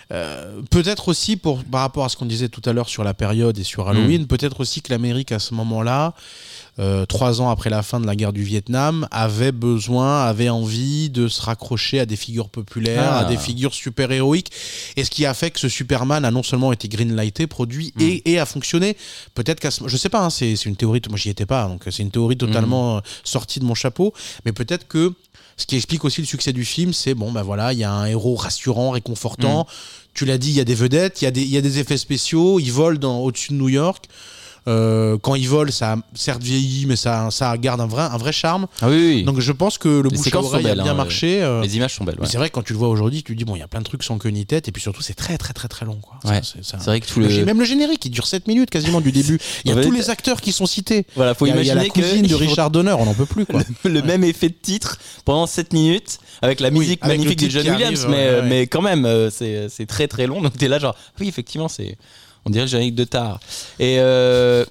Euh, peut-être aussi pour par rapport à ce qu'on disait tout à l'heure sur la période et sur Halloween, mmh. peut-être aussi que l'Amérique à ce moment-là, euh, trois ans après la fin de la guerre du Vietnam, avait besoin, avait envie de se raccrocher à des figures populaires, ah. à des figures super héroïques, et ce qui a fait que ce Superman a non seulement été greenlighté, produit mmh. et, et a fonctionné. Peut-être qu'à ce, je sais pas, hein, c'est, c'est une théorie, moi j'y étais pas, donc c'est une théorie totalement mmh. sortie de mon chapeau, mais peut-être que ce qui explique aussi le succès du film, c'est bon, ben voilà, il y a un héros rassurant, réconfortant. Mmh. Tu l'as dit, il y a des vedettes, il y a des, il y a des effets spéciaux, il vole dans, au-dessus de New York. Euh, quand il vole, ça a certes vieilli, mais ça, ça garde un vrai, un vrai charme. Ah oui, oui. Donc je pense que le bouche à oreille a bien hein, marché. Euh, les images sont belles. Ouais. C'est vrai que quand tu le vois aujourd'hui, tu te dis bon, il y a plein de trucs sans queue ni tête, et puis surtout c'est très très très très long. Quoi. Ouais. C'est, c'est, c'est vrai que tout le... le même le générique, il dure sept minutes quasiment du début. Il y a tous les acteurs qui sont cités. Voilà, faut il y a, imaginer il y a la cousine que de Richard Donner, on n'en peut plus. Quoi. le le ouais. même effet de titre pendant sept minutes avec la musique oui, avec magnifique de John Williams, arrive, mais, ouais, ouais. mais quand même, c'est, c'est très très long. Donc t'es là genre oui effectivement c'est on dirait le générique de Tar. Et euh...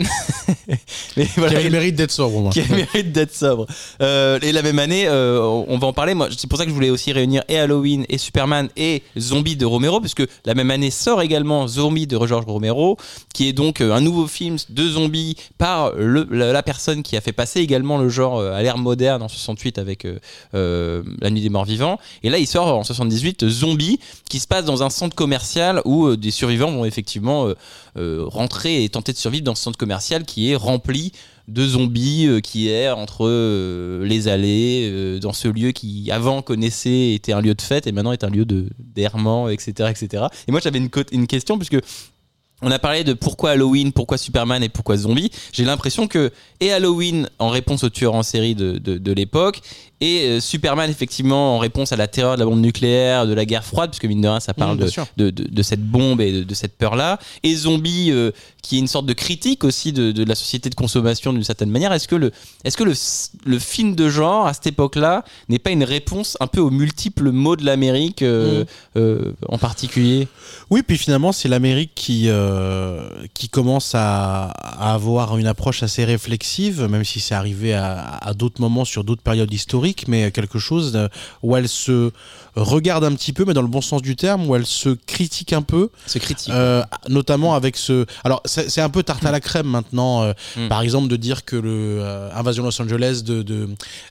mais voilà, qui a le mérite d'être sobre. Moi. Qui a le mérite d'être sobre. Euh, et la même année, euh, on va en parler. Moi, c'est pour ça que je voulais aussi réunir et Halloween et Superman et Zombie de Romero, puisque la même année sort également Zombie de George Romero, qui est donc un nouveau film de zombies par le, la, la personne qui a fait passer également le genre à l'ère moderne en soixante-huit avec euh, La Nuit des Morts Vivants. Et là, il sort en soixante-dix-huit Zombie, qui se passe dans un centre commercial où euh, des survivants vont effectivement euh, Euh, rentrer et tenter de survivre dans ce centre commercial qui est rempli de zombies, euh, qui est entre euh, les allées, euh, dans ce lieu qui avant connaissait, était un lieu de fête et maintenant est un lieu de, d'errement, et cetera, et cetera. Et moi j'avais une, une question puisque on a parlé de pourquoi Halloween, pourquoi Superman et pourquoi Zombie. J'ai l'impression que et Halloween en réponse aux tueurs en série de, de, de l'époque et euh, Superman effectivement en réponse à la terreur de la bombe nucléaire, de la guerre froide, puisque mine de rien ça parle mmh, de, de, de, de cette bombe et de, de cette peur-là. Et Zombie euh, qui est une sorte de critique aussi de, de la société de consommation d'une certaine manière. Est-ce que, le, est-ce que le, le film de genre à cette époque-là n'est pas une réponse un peu aux multiples maux de l'Amérique euh, mmh. euh, en particulier ? Oui, puis finalement c'est l'Amérique qui... Euh qui commence à, à avoir une approche assez réflexive, même si c'est arrivé à, à d'autres moments sur d'autres périodes historiques, mais quelque chose où elle se regarde un petit peu, mais dans le bon sens du terme, où elle se critique un peu. Se critique. Euh, notamment avec ce... Alors, c'est, c'est un peu tarte à la crème maintenant, euh, mm. par exemple, de dire que le euh, Invasion Los Angeles de, de,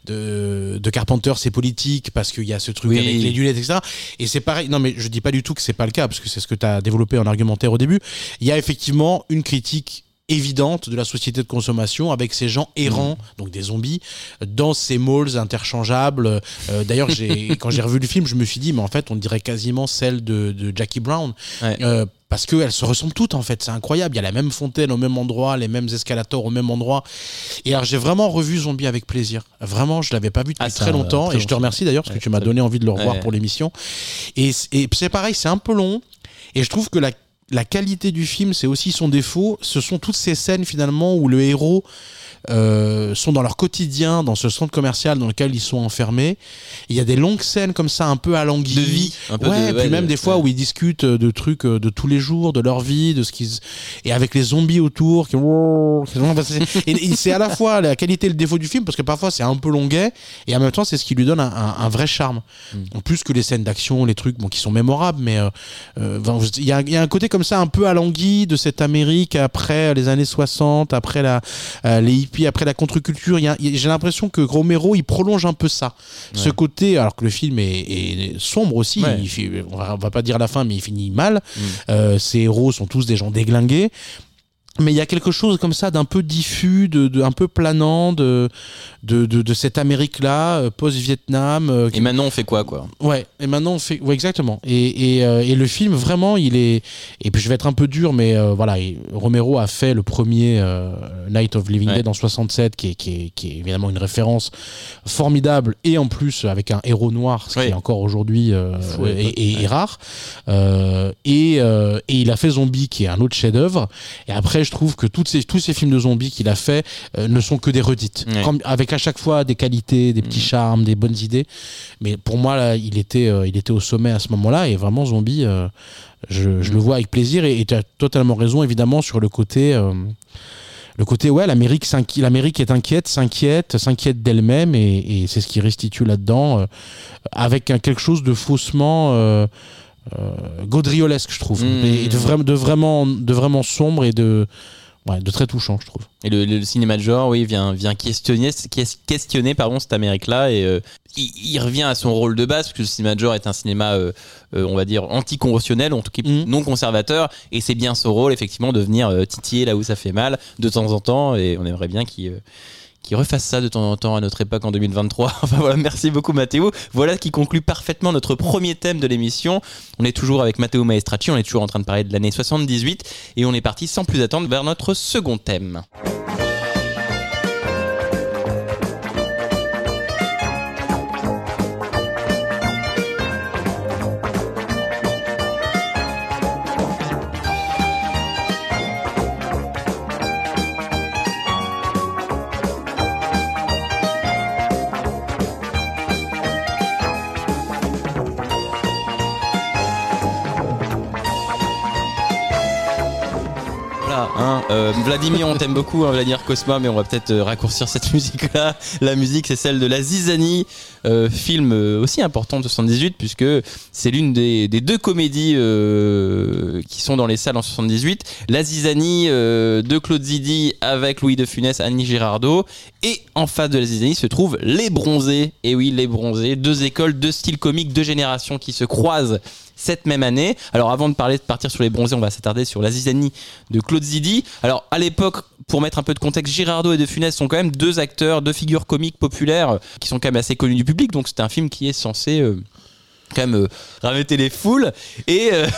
de, de Carpenter, c'est politique, parce qu'il y a ce truc oui. avec les lunettes, et cetera. Et c'est pareil, non mais je dis pas du tout que c'est pas le cas, parce que c'est ce que tu as développé en argumentaire au début. Il y a effectivement une critique évidente de la société de consommation avec ces gens errants, mmh. donc des zombies, dans ces malls interchangeables. Euh, d'ailleurs, j'ai, quand j'ai revu le film, je me suis dit, mais en fait, on dirait quasiment celle de, de Jackie Brown. Ouais. Euh, parce qu'elles se ressemblent toutes, en fait. C'est incroyable. Il y a la même fontaine au même endroit, les mêmes escalators au même endroit. Et alors, j'ai vraiment revu Zombie avec plaisir. Vraiment, je l'avais pas vu depuis ah, très longtemps. Très et je te remercie d'ailleurs, parce ouais, que tu m'as donné envie de le revoir ouais. pour l'émission. Et, et c'est pareil, c'est un peu long. Et je trouve que la La qualité du film, c'est aussi son défaut. Ce sont toutes ces scènes finalement où le héros euh, sont dans leur quotidien, dans ce centre commercial dans lequel ils sont enfermés. Il y a des longues scènes comme ça, un peu alanguies. De vie. Un peu ouais, de, puis ouais, même de, des fois ouais. où ils discutent de trucs de tous les jours, de leur vie, de ce qu'ils et avec les zombies autour. Qui... et, et c'est à la fois la qualité et le défaut du film parce que parfois c'est un peu longuet et en même temps c'est ce qui lui donne un, un, un vrai charme. Mm. En plus que les scènes d'action, les trucs bon qui sont mémorables, mais il euh, euh, y, a, y a un côté comme ça un peu alangui de cette Amérique après les années soixante, après la, euh, les hippies, après la contre-culture. Y a, y a, j'ai l'impression que Romero il prolonge un peu ça. Ouais. Ce côté, alors que le film est, est sombre aussi, ouais. il, on, va, on va pas dire la fin, mais il finit mal. Mm. Euh, ces héros sont tous des gens déglingués. Mais il y a quelque chose comme ça d'un peu diffus, de, de un peu planant de de de, de cette Amérique-là euh, post-Vietnam. Euh, et maintenant on fait quoi quoi Ouais. Et maintenant on fait ouais exactement. Et et euh, et le film vraiment il est et puis je vais être un peu dur mais euh, voilà et Romero a fait le premier euh, Night of Living ouais. Dead en soixante-sept qui est qui est qui est évidemment une référence formidable et en plus avec un héros noir ce ouais. qui est encore aujourd'hui euh, ouais, et, et, ouais. et rare. Euh, et euh, et il a fait Zombie qui est un autre chef-d'œuvre. Et après je trouve que toutes ces, tous ces films de zombies qu'il a fait euh, ne sont que des redites, ouais. Comme, avec à chaque fois des qualités, des petits mmh. charmes, des bonnes idées. Mais pour moi, là, il était, euh, il était au sommet à ce moment-là et vraiment Zombie, euh, je, je mmh. le vois avec plaisir et tu as totalement raison évidemment sur le côté. Euh, Le côté, ouais, l'Amérique, l'Amérique est inquiète, s'inquiète, s'inquiète d'elle-même et, et c'est ce qui restitue là-dedans, euh, avec un, quelque chose de faussement, euh, euh, gaudriolesque, je trouve, Mmh. et de, vra- de vraiment, de vraiment sombre et de, ouais, de très touchant, je trouve. Et le, le cinéma de genre, oui, vient, vient questionner, questionner pardon, cette Amérique-là. Et euh, il, il revient à son rôle de base, parce que le cinéma de genre est un cinéma, euh, euh, on va dire, anticonventionnel, en tout cas Mm. non conservateur. Et c'est bien son rôle, effectivement, de venir euh, titiller là où ça fait mal, de temps en temps. Et on aimerait bien qu'il. Euh, qui refasse ça de temps en temps à notre époque en deux mille vingt-trois. Enfin voilà, merci beaucoup Mathéo. Voilà qui conclut parfaitement notre premier thème de l'émission. On est toujours avec Matteo Maestracci, on est toujours en train de parler de l'année soixante-dix-huit et on est parti sans plus attendre vers notre second thème. Voilà, hein, euh, Vladimir, on t'aime beaucoup, hein, Vladimir Cosma, mais on va peut-être euh, raccourcir cette musique-là. La musique, c'est celle de La Zizanie, euh, film euh, aussi important de soixante-dix-huit, puisque c'est l'une des, des deux comédies euh, qui sont dans les salles en soixante-dix-huit. La Zizanie euh, de Claude Zidi avec Louis de Funès, Annie Girardot. Et en face de La Zizanie se trouvent Les Bronzés. Et oui, Les Bronzés, deux écoles, deux styles comiques, deux générations qui se croisent cette même année. Alors avant de parler de partir sur Les Bronzés, on va s'attarder sur La Zizanie de Claude Zidi. Alors à l'époque, pour mettre un peu de contexte, Girardot et De Funès sont quand même deux acteurs, deux figures comiques populaires qui sont quand même assez connus du public. Donc c'est un film qui est censé euh, quand même euh, rameter les foules. Et, euh,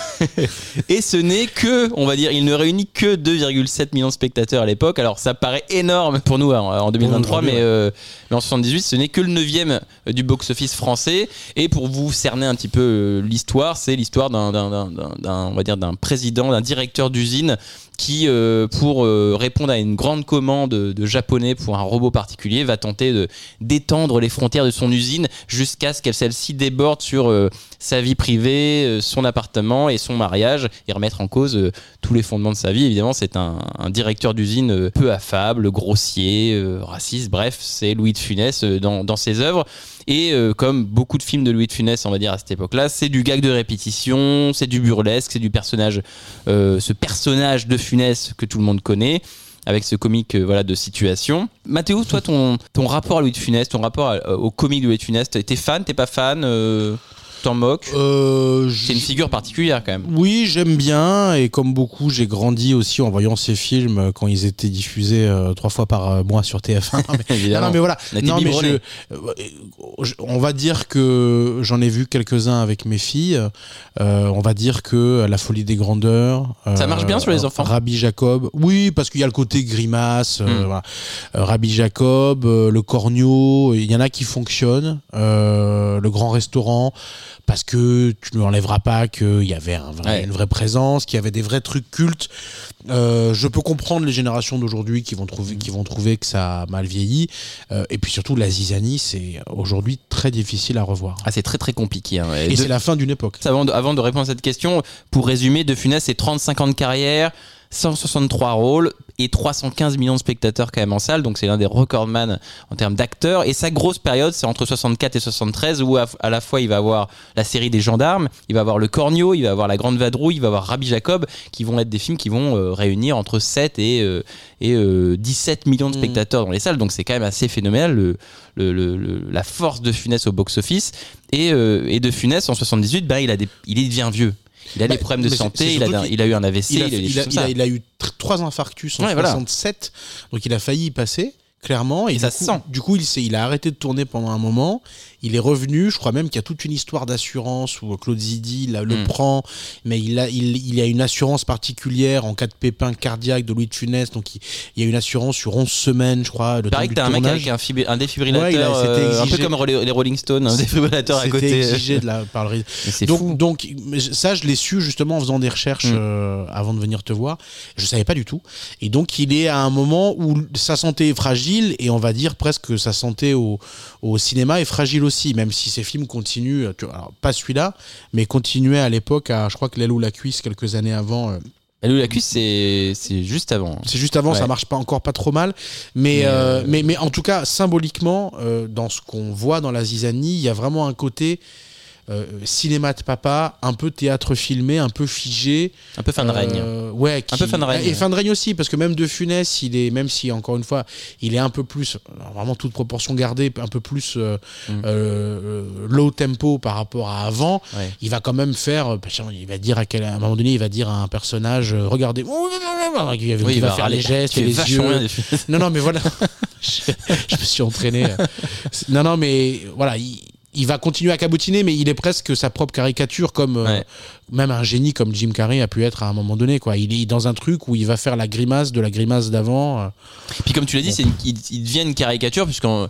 et ce n'est que, on va dire, il ne réunit que deux virgule sept millions de spectateurs à l'époque. Alors ça paraît énorme pour nous en, en deux mille vingt-trois, Oui, mais, ouais. euh, mais en soixante-dix-huit, ce n'est que le neuvième du box-office français. Et pour vous cerner un petit peu euh, l'histoire, c'est l'histoire d'un, d'un, d'un, d'un, on va dire, d'un président, d'un directeur d'usine qui, euh, pour euh, répondre à une grande commande de, de japonais pour un robot particulier, va tenter de, d'étendre les frontières de son usine jusqu'à ce que celle-ci déborde sur euh, sa vie privée, euh, son appartement et son mariage, et remettre en cause euh, tous les fondements de sa vie. Évidemment, c'est un, un directeur d'usine euh, peu affable, grossier, euh, raciste, bref, c'est Louis de Funès euh, dans, dans ses œuvres. Et euh, comme beaucoup de films de Louis de Funès, on va dire à cette époque-là, c'est du gag de répétition, c'est du burlesque, c'est du personnage, euh, ce personnage de Funès que tout le monde connaît, avec ce comique euh, voilà, de situation. Mathéo, toi, ton, ton rapport à Louis de Funès, ton rapport à, au comique de Louis de Funès, t'es fan, t'es pas fan euh, T'en moques Euh, C'est une figure particulière quand même. Oui, j'aime bien, et comme beaucoup, j'ai grandi aussi en voyant ces films quand ils étaient diffusés euh, trois fois par mois sur T F un. mais, Évidemment. non, mais voilà. On a été Non, mais biberonnés. je, euh, je- on va dire que j'en ai vu quelques-uns avec mes filles. Euh, on va dire que La Folie des Grandeurs. Ça marche bien sur les enfants. Rabbi Jacob. Oui, parce qu'il y a le côté grimace. euh, Mm. voilà. Euh, Rabbi Jacob, euh, Le Cornio. Il y en a qui fonctionnent. Euh, le Grand Restaurant. Parce que tu ne l'enlèveras pas qu'il y avait un vrai, Ouais. une vraie présence, qu'il y avait des vrais trucs cultes. Euh, je peux comprendre les générations d'aujourd'hui qui vont trouver, qui vont trouver que ça a mal vieilli. Euh, et puis surtout, la Zizanie, c'est aujourd'hui très difficile à revoir. Ah, c'est très très compliqué. Hein. Et De- c'est la fin d'une époque. Avant de, avant de répondre à cette question, pour résumer, De Funès, c'est trente-cinq ans de carrière, cent soixante-trois rôles et trois cent quinze millions de spectateurs quand même en salle, donc c'est l'un des recordman en termes d'acteurs. Et sa grosse période, c'est entre soixante-quatre et soixante-treize, où à, à la fois il va avoir la série des gendarmes, il va avoir Le Cornio, il va avoir La Grande Vadrouille, il va avoir Rabbi Jacob, qui vont être des films qui vont euh, réunir entre sept et, euh, et euh, dix-sept millions de spectateurs dans les salles, donc c'est quand même assez phénoménal le, le, le, le- la force de Funès au box-office. Et, euh, et De Funès en soixante-dix-huit, bah, il, a des, il devient vieux. Il a Bah, des problèmes de mais c'est- santé, c'est il a, surtout d'un- qu'il- il a eu un A V C, Il a, il a eu des il a- choses il comme a- ça. il a eu tr- trois infarctus en Ouais, voilà. soixante-sept, donc il a failli y passer, clairement. Et, Et du ça coup, se sent. Du coup, il, s'est- il a arrêté de tourner pendant un moment. Il est revenu. Je crois même qu'il y a toute une histoire d'assurance où Claude Zidi là, le Mm. prend, mais il a, il, il a une assurance particulière en cas de pépin cardiaque de Louis de Funès. Donc il, il y a une assurance sur onze semaines, je crois. Le Il paraît temps que du t'as un mec tournage. avec un, fibri- un défibrillateur, Ouais, il a- c'était euh, un peu exigé. comme les les Rolling Stones, un défibrillateur à C'était côté. exigé de la, par le Mais c'est donc, fou. donc mais ça, je l'ai su justement en faisant des recherches Mm. euh, avant de venir te voir. Je savais pas du tout. Et donc, il est à un moment où sa santé est fragile, et on va dire presque que sa santé au, au cinéma est fragile aussi, même si ses films continuent. Tu vois, alors, pas celui-là, mais continuaient à l'époque à, je crois que L'aile ou la cuisse, quelques années avant. euh, Lou la cuisse, c'est c'est juste avant. c'est juste avant, Ouais. ça marche pas encore pas trop mal, mais Mais, euh, euh, mais, mais en tout cas symboliquement, euh, dans ce qu'on voit dans la Zizanie, il y a vraiment un côté euh, cinéma de papa, un peu théâtre filmé, un peu figé. Un peu fin de règne. Euh, ouais, qui, un peu fin de règne. Et fin de règne aussi, parce que même De Funès, il est, même si encore une fois, il est un peu plus, vraiment toute proportion gardée, un peu plus euh, mm. euh, low tempo par rapport à avant. Ouais. Il va quand même faire, il va dire à, quel, à un moment donné, il va dire à un personnage, regardez, qui oui, va, va faire les gestes et les yeux. Non, non, mais voilà. je, je me suis entraîné. Non, non, mais voilà, il, il va continuer à cabotiner, mais il est presque sa propre caricature, comme ouais. euh, même un génie comme Jim Carrey a pu être à un moment donné, quoi. Il est dans un truc où il va faire la grimace de la grimace d'avant. Euh. Puis comme tu l'as dit, bon. c'est une, il, il devient une caricature, puisqu'il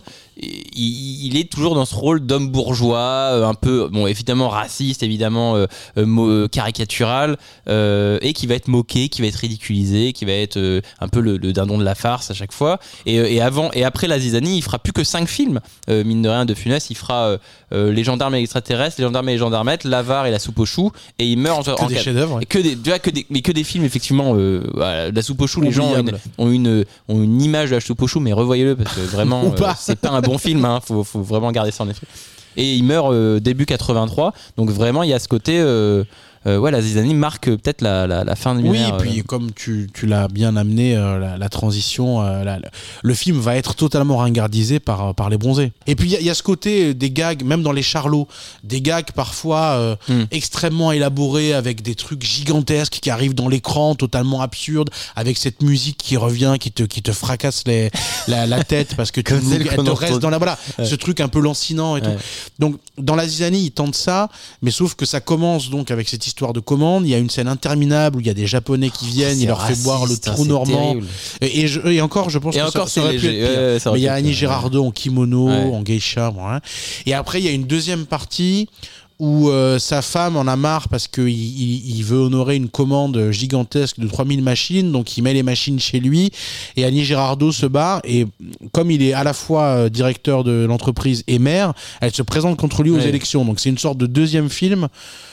il est toujours dans ce rôle d'homme bourgeois, un peu, bon, évidemment raciste, évidemment euh, euh, caricatural, euh, et qui va être moqué, qui va être ridiculisé, qui va être euh, un peu le, le dindon de la farce à chaque fois. Et, et avant et après la zizanie, il fera plus que cinq films, euh, mine de rien, de Funès. Il fera euh, euh, Les Gendarmes et l'extraterrestre, Les Gendarmes et les Gendarmettes, L'Avare et La Soupe aux choux, et il meurt en, que en des chefs-d'œuvre, ouais. que des, tu vois, que des, mais que des films effectivement. Euh, voilà, La Soupe aux choux, les gens ont une, ont une ont une image de La Soupe aux choux, mais revoyez-le parce que vraiment, euh, c'est pas un bon film. Hein, faut, faut vraiment garder ça en effet. Et il meurt euh, début quatre-vingt-trois, donc vraiment il y a ce côté. Euh, Euh, ouais, la zizanie marque euh, peut-être la, la, la fin du Oui, millénaire. et puis euh... comme tu, tu l'as bien amené, euh, la, la transition, euh, la, la, le film va être totalement ringardisé par, par les bronzés. Et puis il y, y a ce côté des gags, même dans les Charlots, des gags parfois euh, mm. extrêmement élaborés, avec des trucs gigantesques qui arrivent dans l'écran, totalement absurdes, avec cette musique qui revient, qui te, qui te fracasse les, la, la tête parce que tu nous, elle te reste dans la... Voilà, ouais. Ce truc un peu lancinant et ouais. tout. Donc dans la zizanie, ils tentent ça, mais sauf que ça commence donc avec cette histoire de commande. Il y a une scène interminable où il y a des Japonais qui viennent, oh, il leur raciste, fait boire le trou hein, normand. Et, et, je, et encore, je pense et que encore, ça, ça aurait pu être pire. Ouais, mais il y a Annie Girardot en kimono, ouais. en geisha. Voilà. Et après, il y a une deuxième partie où euh, sa femme en a marre parce qu'il il, il veut honorer une commande gigantesque de trois mille machines, donc il met les machines chez lui, et Annie Girardot se barre, et comme il est à la fois euh, directeur de l'entreprise et maire, elle se présente contre lui aux ouais. élections, donc c'est une sorte de deuxième film.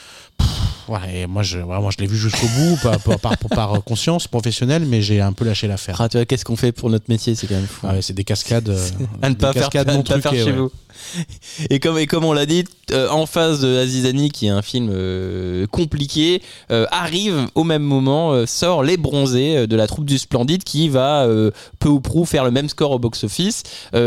Ouais, et moi je, vraiment, je l'ai vu jusqu'au bout, par, par, par, par conscience professionnelle, mais j'ai un peu lâché l'affaire. Ah, tu vois, qu'est-ce qu'on fait pour notre métier, c'est quand même fou. Ah ouais, c'est des cascades, euh, à ne pas faire, à ne pas faire chez ouais. vous. Et comme, et comme on l'a dit, euh, en face de La Zizanie, qui est un film euh, compliqué, euh, arrive au même moment, euh, sort Les Bronzés euh, de la troupe du Splendide, qui va euh, peu ou prou faire le même score au box-office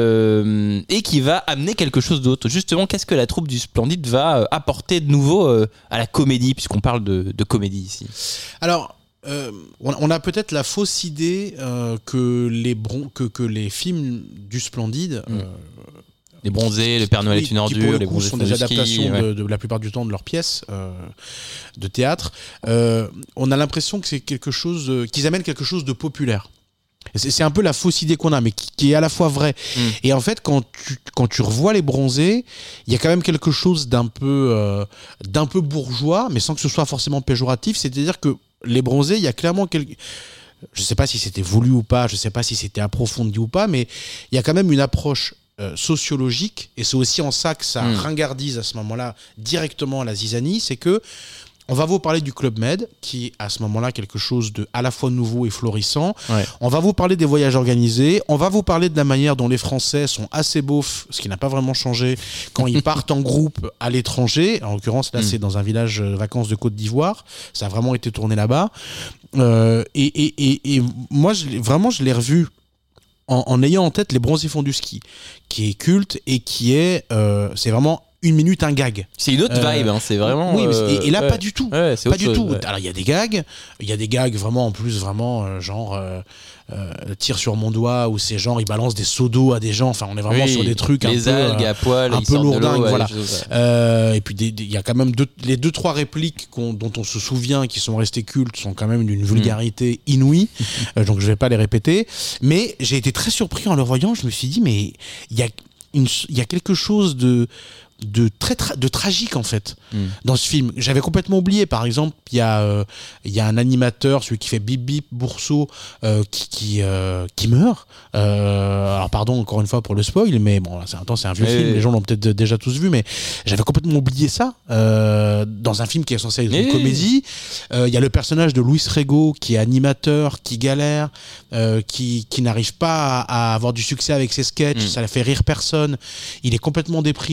euh, et qui va amener quelque chose d'autre. Justement, qu'est-ce que la troupe du Splendide va euh, apporter de nouveau euh, à la comédie, puisqu'on parle de, de comédie ici? Alors, Euh, on a peut-être la fausse idée euh, que, les bron- que, que les films du Splendide, mmh. euh, les Bronzés, Le Père Noël est une ordure, qui pour le les coup Bronzés sont des adaptations ouais. de, de la plupart du temps de leurs pièces euh, de théâtre. Euh, on a l'impression que c'est quelque chose, euh, qu'ils amènent quelque chose de populaire. C'est, c'est un peu la fausse idée qu'on a, mais qui, qui est à la fois vraie. Mmh. Et en fait, quand tu, quand tu revois Les Bronzés, il y a quand même quelque chose d'un peu, euh, d'un peu bourgeois, mais sans que ce soit forcément péjoratif. C'est-à-dire que Les Bronzés, il y a clairement quelque... Je ne sais pas si c'était voulu ou pas, je ne sais pas si c'était approfondi ou pas, mais il y a quand même une approche euh, sociologique, et c'est aussi en ça que ça mmh. ringardise à ce moment-là directement la zizanie, c'est que on va vous parler du Club Med, qui est à ce moment-là quelque chose de à la fois nouveau et florissant. Ouais. On va vous parler des voyages organisés. On va vous parler de la manière dont les Français sont assez beaufs, ce qui n'a pas vraiment changé, quand ils partent en groupe à l'étranger. En l'occurrence, là, mmh. c'est dans un village de vacances de Côte d'Ivoire. Ça a vraiment été tourné là-bas. Euh, et, et, et, et moi, je l'ai, vraiment, je l'ai revu en, en ayant en tête Les Bronzés font du ski, qui est culte et qui est... Euh, c'est vraiment... une minute un gag. C'est une autre vibe, euh, hein, c'est vraiment. Oui, euh, et, et là ouais. pas du tout, ouais, c'est pas du chose, tout. Ouais. Alors il y a des gags, il y a des gags vraiment en plus vraiment euh, genre euh, euh, tire sur mon doigt ou c'est genre ils balancent des seaux d'eau à des gens. Enfin on est vraiment oui, sur des trucs les un algues peu à poil, un peu lourdingues, ouais, voilà. Choses, euh, et puis il y a quand même deux, les deux trois répliques qu'on, dont on se souvient qui sont restées cultes sont quand même d'une vulgarité mmh. inouïe. euh, donc je vais pas les répéter. Mais j'ai été très surpris en le voyant. Je me suis dit mais il y a une, il y a quelque chose de de très tra- de tragique en fait mm. dans ce film. J'avais complètement oublié. Par exemple, il y a euh, il y a un animateur, celui qui fait Bip Bip Bourseau, euh, qui qui euh, qui meurt. Euh, alors pardon encore une fois pour le spoil, mais bon, c'est un temps, c'est un vieux et film, les gens l'ont peut-être déjà tous vu, mais j'avais complètement oublié ça euh, dans un film qui est censé être et une comédie. Il euh, y a le personnage de Luis Rego qui est animateur, qui galère, euh, qui qui n'arrive pas à, à avoir du succès avec ses sketchs. Mm. Ça ne fait rire personne. Il est complètement déprimé.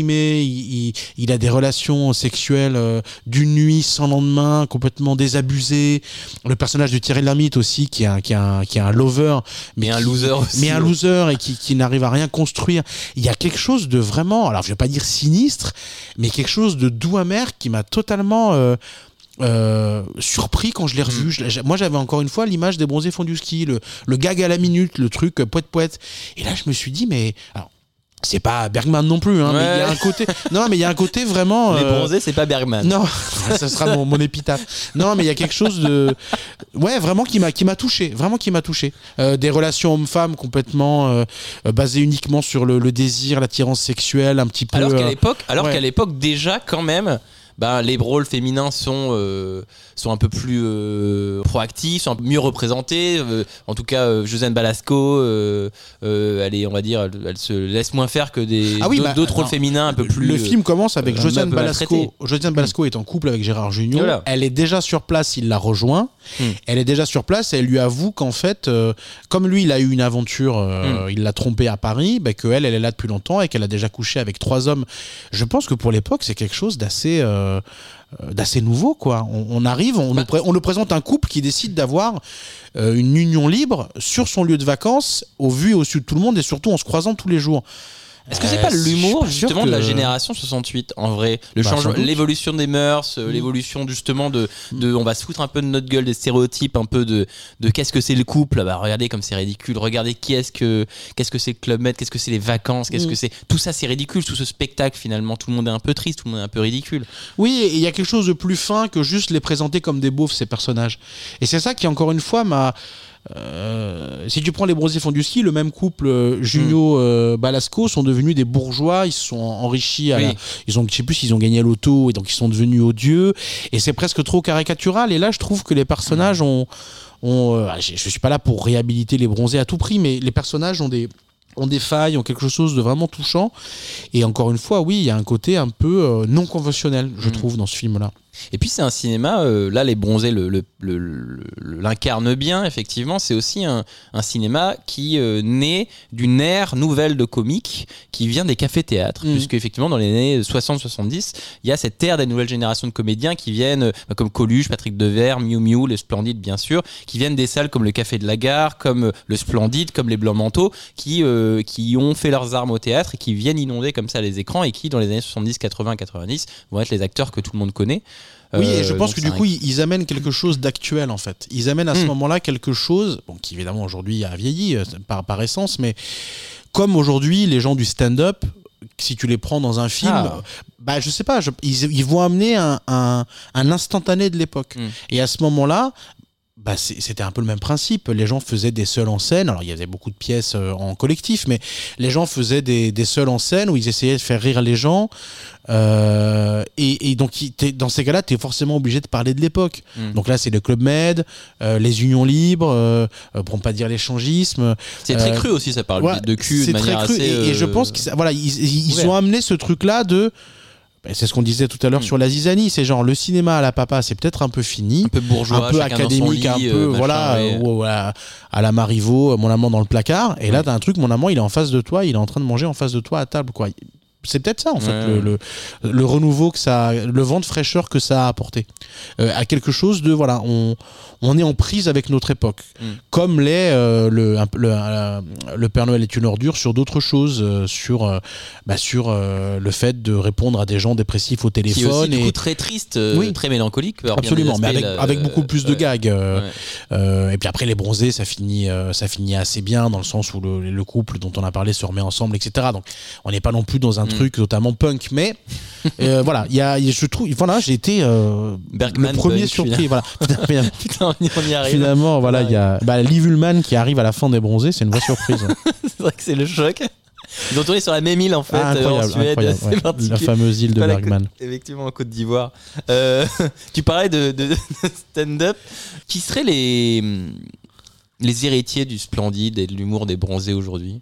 il, il, il a des relations sexuelles euh, d'une nuit sans lendemain, complètement désabusées. Le personnage de Thierry Lhermitte aussi, qui est un, qui est un, qui est un lover, mais Et un qui- loser aussi, mais un ouais. loser et qui, qui n'arrive à rien construire. Il y a quelque chose de vraiment, alors je vais pas dire sinistre, mais quelque chose de doux amer qui m'a totalement euh, euh, surpris quand je l'ai revu. Je l'ai- moi, j'avais encore une fois l'image des bronzés font du ski, le, le gag à la minute, le truc euh, poète poète. Et là, je me suis dit, mais alors, c'est pas Bergman non plus, hein, mais il y a Ouais. un côté. Non, mais il y a un côté vraiment. Les euh, bronzés, c'est pas Bergman. non, ça sera mon, mon épitaphe. Non, mais il y a quelque chose de, ouais, vraiment qui m'a qui m'a touché, vraiment qui m'a touché. Euh, des relations hommes-femmes complètement euh, euh, basées uniquement sur le, le désir, l'attirance sexuelle, un petit peu. Alors qu'à euh, l'époque, alors ouais. qu'à l'époque déjà quand même, ben, les rôles féminins sont euh, sont un peu plus euh, proactifs, sont un peu mieux représentés. Euh, en tout cas, euh, Josiane Balasco, euh, euh, elle est, on va dire, elle, elle se laisse moins faire que des Ah oui, d'autres, bah, d'autres rôles non, féminins un peu plus. Le film commence avec euh, Josiane un peu maltraité. Balasco. Josiane Balasco est en couple avec Gérard Jugnot. Voilà. Elle est déjà sur place, il la rejoint. Mm. Elle est déjà sur place et elle lui avoue qu'en fait, euh, comme lui, il a eu une aventure, euh, Mm. il l'a trompée à Paris, bah, qu'elle, elle est là depuis longtemps et qu'elle a déjà couché avec trois hommes. Je pense que pour l'époque, c'est quelque chose d'assez, euh, euh, d'assez nouveau, quoi. On, on arrive, on, Bah. nous pré- on nous présente un couple qui décide d'avoir euh, une union libre sur son lieu de vacances, au vu et au su de tout le monde et surtout en se croisant tous les jours. Est-ce que c'est Euh, pas je suis l'humour pas sûr justement que- de la génération soixante-huit en vrai, le Bah, changement, sans doute. l'évolution des mœurs, euh, Mm. l'évolution justement de, de, on va se foutre un peu de notre gueule, des stéréotypes, un peu de, de qu'est-ce que c'est le couple. Bah regardez comme c'est ridicule. Regardez qui est-ce que, qu'est-ce que c'est le Club Med, qu'est-ce que c'est les vacances, qu'est-ce Mm. que c'est tout ça, c'est ridicule. Tout ce spectacle finalement, tout le monde est un peu triste, tout le monde est un peu ridicule. Oui, et il y a quelque chose de plus fin que juste les présenter comme des beaufs, ces personnages. Et c'est ça qui, encore une fois, m'a... Euh, si tu prends les bronzés font du ski, le même couple euh, Junio euh, Balasco sont devenus des bourgeois, ils se sont enrichis à Oui. la- ils ont, je sais plus s'ils ont gagné à l'auto et donc ils sont devenus odieux et c'est presque trop caricatural et là je trouve que les personnages ont, ont euh, je, je suis pas là pour réhabiliter les bronzés à tout prix mais les personnages ont des ont des failles, ont quelque chose de vraiment touchant et encore une fois oui il y a un côté un peu euh, non conventionnel je Mm. trouve dans ce film là. Et puis c'est un cinéma, euh, là les bronzés le, le, le- le- l'incarnent bien effectivement, c'est aussi un, un cinéma qui euh, naît d'une ère nouvelle de comique qui vient des cafés-théâtres, Mhm. puisque effectivement dans les années soixante soixante-dix, il y a cette ère des nouvelles générations de comédiens qui viennent, euh, comme Coluche, Patrick Devers, Miu Miu, le Splendide bien sûr, qui viennent des salles comme le Café de la Gare, comme euh, le Splendide, comme les Blancs Manteaux, qui, euh, qui ont fait leurs armes au théâtre et qui viennent inonder comme ça les écrans et qui dans les années soixante-dix, quatre-vingts, quatre-vingt-dix vont être les acteurs que tout le monde connaît. Oui, et je Euh, pense donc que c'est du un- coup, ils ils amènent quelque chose d'actuel en fait. Ils amènent à ce Mm. moment-là quelque chose, bon, qui évidemment aujourd'hui a vieilli euh, par, par essence, mais comme aujourd'hui, les gens du stand-up, si tu les prends dans un film, Ah. euh, bah je sais pas, je- ils, ils vont amener un, un, un instantané de l'époque. Mm. Et à ce moment-là, bah c'est- c'était un peu le même principe. Les gens faisaient des seuls en scène. Alors, il y avait beaucoup de pièces euh, en collectif, mais les gens faisaient des, des seuls en scène où ils essayaient de faire rire les gens. Euh, et, et donc, il- t'es- dans ces cas-là, tu es forcément obligé de parler de l'époque. Mm. Donc là, c'est le Club Med, euh, les unions libres, euh, euh, pour ne pas dire l'échangisme. C'est très Euh, cru aussi, ça parle Ouais, de cul de c'est très manière cru. assez. Et, et je euh, pense qu'ils voilà, ils, ils ouvert. ont amené ce truc-là de. Ben, c'est ce qu'on disait tout à l'heure Mm. sur la zizanie. C'est genre le cinéma à la papa, c'est peut-être un peu fini un peu bourgeois, un peu chacun dans son académique, lit, un euh, peu machin, voilà, ouais. euh, ou à, à la Marivaux, mon amant dans le placard. Et là, Ouais. t'as un truc, mon amant, il est en face de toi, il est en train de manger en face de toi à table, quoi. C'est peut-être ça en fait Ouais. le, le, le renouveau que ça, le vent de fraîcheur que ça a apporté euh, à quelque chose de voilà, on on est en prise avec notre époque, Mm. comme l'est euh, le, un- le euh, le Père Noël est une ordure sur d'autres choses, euh, sur euh, bah, sur euh, le fait de répondre à des gens dépressifs au Qui est aussi téléphone du et coup très triste, euh, Oui. très mélancolique. Alors, bien absolument, des mais aspects, avec, là, avec euh, beaucoup plus de ouais. gags. euh, Ouais. euh, et puis après les bronzés, ça finit, euh, ça finit assez bien dans le sens où le, le couple dont on a parlé se remet ensemble, et cetera. Donc on n'est pas non plus dans un Mm. truc totalement punk, mais euh, voilà, il y a, il y a- je trouve, voilà, j'ai été euh, Bergman le premier punk, surpris. Voilà, finalement, Putain, on y- on y arrive. finalement, voilà, il y a bah, Liv Ullmann qui arrive à la fin des bronzés, c'est une vraie surprise. C'est vrai que c'est le choc. Ils ont tourné sur la même île en fait, Ah, euh, en incroyable, Suède. incroyable, C'est ouais. La particulier. fameuse île de Pas la Bergman. Côte- effectivement, en Côte d'Ivoire. Euh, tu parlais de, de- de stand-up. Qui seraient les, les héritiers du Splendide et de l'humour des bronzés aujourd'hui?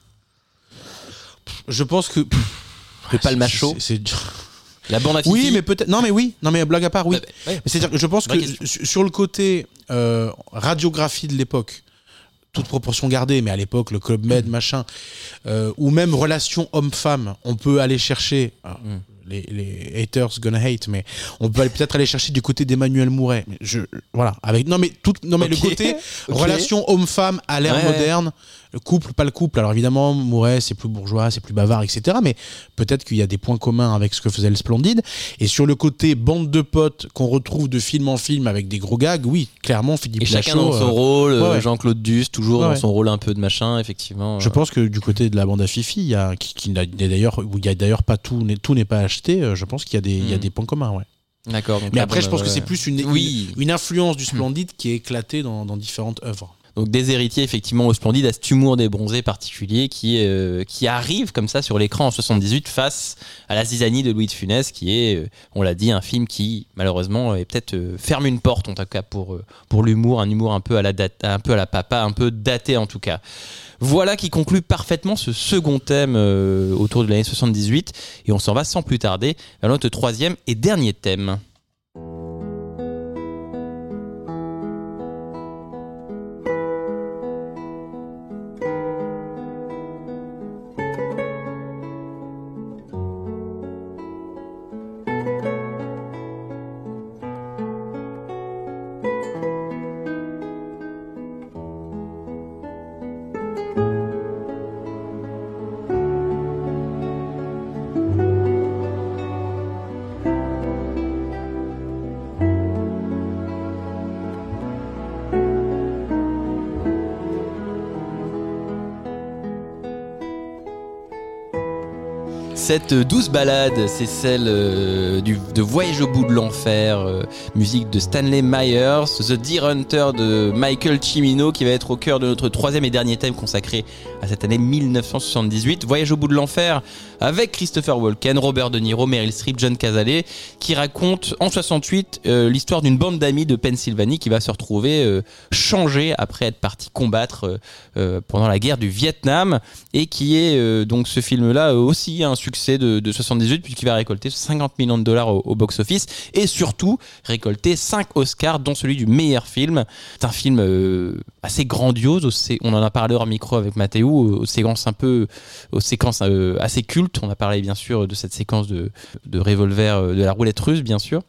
Je pense que Le Palmacho, c'est- c'est- la bande à Fifi. oui, mais peut-être. Non, mais oui. Non, mais blague à part, oui. Ouais, ouais. Mais c'est-à-dire que je pense Vraie que question. su- sur le côté euh, radiographie de l'époque, toute proportion gardée, mais à l'époque, le Club Med, machin, euh, ou même relation homme-femme, on peut aller chercher. Alors, mm. Les, les haters gonna hate, mais on peut aller, peut-être aller chercher du côté d'Emmanuel Mouret. Mais je, voilà, avec non mais tout, non mais okay. le côté okay. relation homme-femme à l'ère ouais, moderne, ouais. le couple, pas le couple. Alors évidemment, Mouret c'est plus bourgeois, c'est plus bavard, et cetera. Mais peut-être qu'il y a des points communs avec ce que faisait le Splendide. Et sur le côté bande de potes qu'on retrouve de film en film avec des gros gags, oui, clairement Philippe et Lachaud. Chacun dans son euh, rôle. Ouais, ouais. Jean-Claude Duss toujours ouais, dans son rôle un peu de machin, effectivement. Je pense que du côté de la bande à Fifi, il y a qui, qui n'a d'ailleurs où il y a d'ailleurs pas tout, tout n'est pas acheté. Je pense qu'il y a des, mmh. il y a des points communs, ouais. D'accord. Donc mais après, bon, je pense euh, que c'est plus une, oui. une, une influence du Splendide mmh. qui est éclatée dans, dans différentes œuvres. Donc des héritiers effectivement au Splendide, à cet humour des bronzés particulier qui, euh, qui arrive comme ça sur l'écran en soixante-dix-huit face à la zizanie de Louis de Funès, qui est, euh, on l'a dit, un film qui malheureusement est peut-être euh, ferme une porte en tout cas pour, euh, pour l'humour, un humour un peu à la date, un peu à la papa, un peu daté en tout cas. Voilà qui conclut parfaitement ce second thème euh, autour de l'année soixante-dix-huit, et on s'en va sans plus tarder vers notre troisième et dernier thème. Cette douce balade, c'est celle euh, du, de Voyage au bout de l'enfer, euh, musique de Stanley Myers, The Deer Hunter de Michael Cimino, qui va être au cœur de notre troisième et dernier thème consacré à cette année dix-neuf cent soixante-dix-huit. Voyage au bout de l'enfer avec Christopher Walken, Robert De Niro, Meryl Streep, John Cazale, qui raconte en soixante-huit euh, l'histoire d'une bande d'amis de Pennsylvanie qui va se retrouver euh, changée après être partie combattre euh, pendant la guerre du Vietnam, et qui est euh, donc ce film-là aussi un succès De, de soixante-dix-huit, puisqu'il va récolter cinquante millions de dollars au, au box-office, et surtout récolter cinq Oscars, dont celui du meilleur film. C'est un film euh, assez grandiose, on en a parlé hors micro avec Mathéo, aux séquences un peu, aux séquences euh, assez cultes. On a parlé bien sûr de cette séquence de, de revolver, de la roulette russe bien sûr,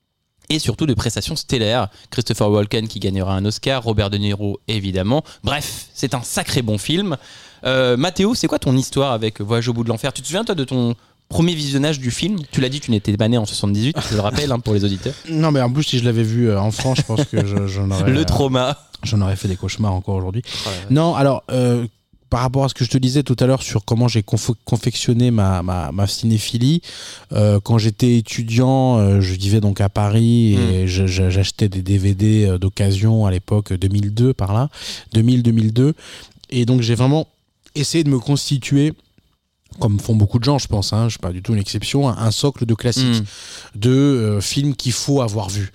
et surtout de prestations stellaires. Christopher Walken qui gagnera un Oscar, Robert De Niro évidemment. Bref, c'est un sacré bon film. Euh, Mathéo, c'est quoi ton histoire avec Voyage au bout de l'enfer ? Tu te souviens toi de ton premier visionnage du film ? Tu l'as dit, tu n'étais pas né en soixante-dix-huit, je le rappelle hein, pour les auditeurs. Non mais en plus si je l'avais vu euh, en France, je pense que je, j'en aurais... Le trauma. Euh, j'en aurais fait des cauchemars encore aujourd'hui. Oh, ouais. Non, alors... Euh, par rapport à ce que je te disais tout à l'heure sur comment j'ai conf- confectionné ma, ma, ma cinéphilie, euh, quand j'étais étudiant, euh, je vivais donc à Paris et mmh. je, je, j'achetais des D V D d'occasion à l'époque, deux mille deux par là, deux mille deux mille deux, et donc j'ai vraiment essayé de me constituer, comme font beaucoup de gens je pense, hein, je suis pas du tout une exception, un, un socle de classiques, mmh. de euh, films qu'il faut avoir vus.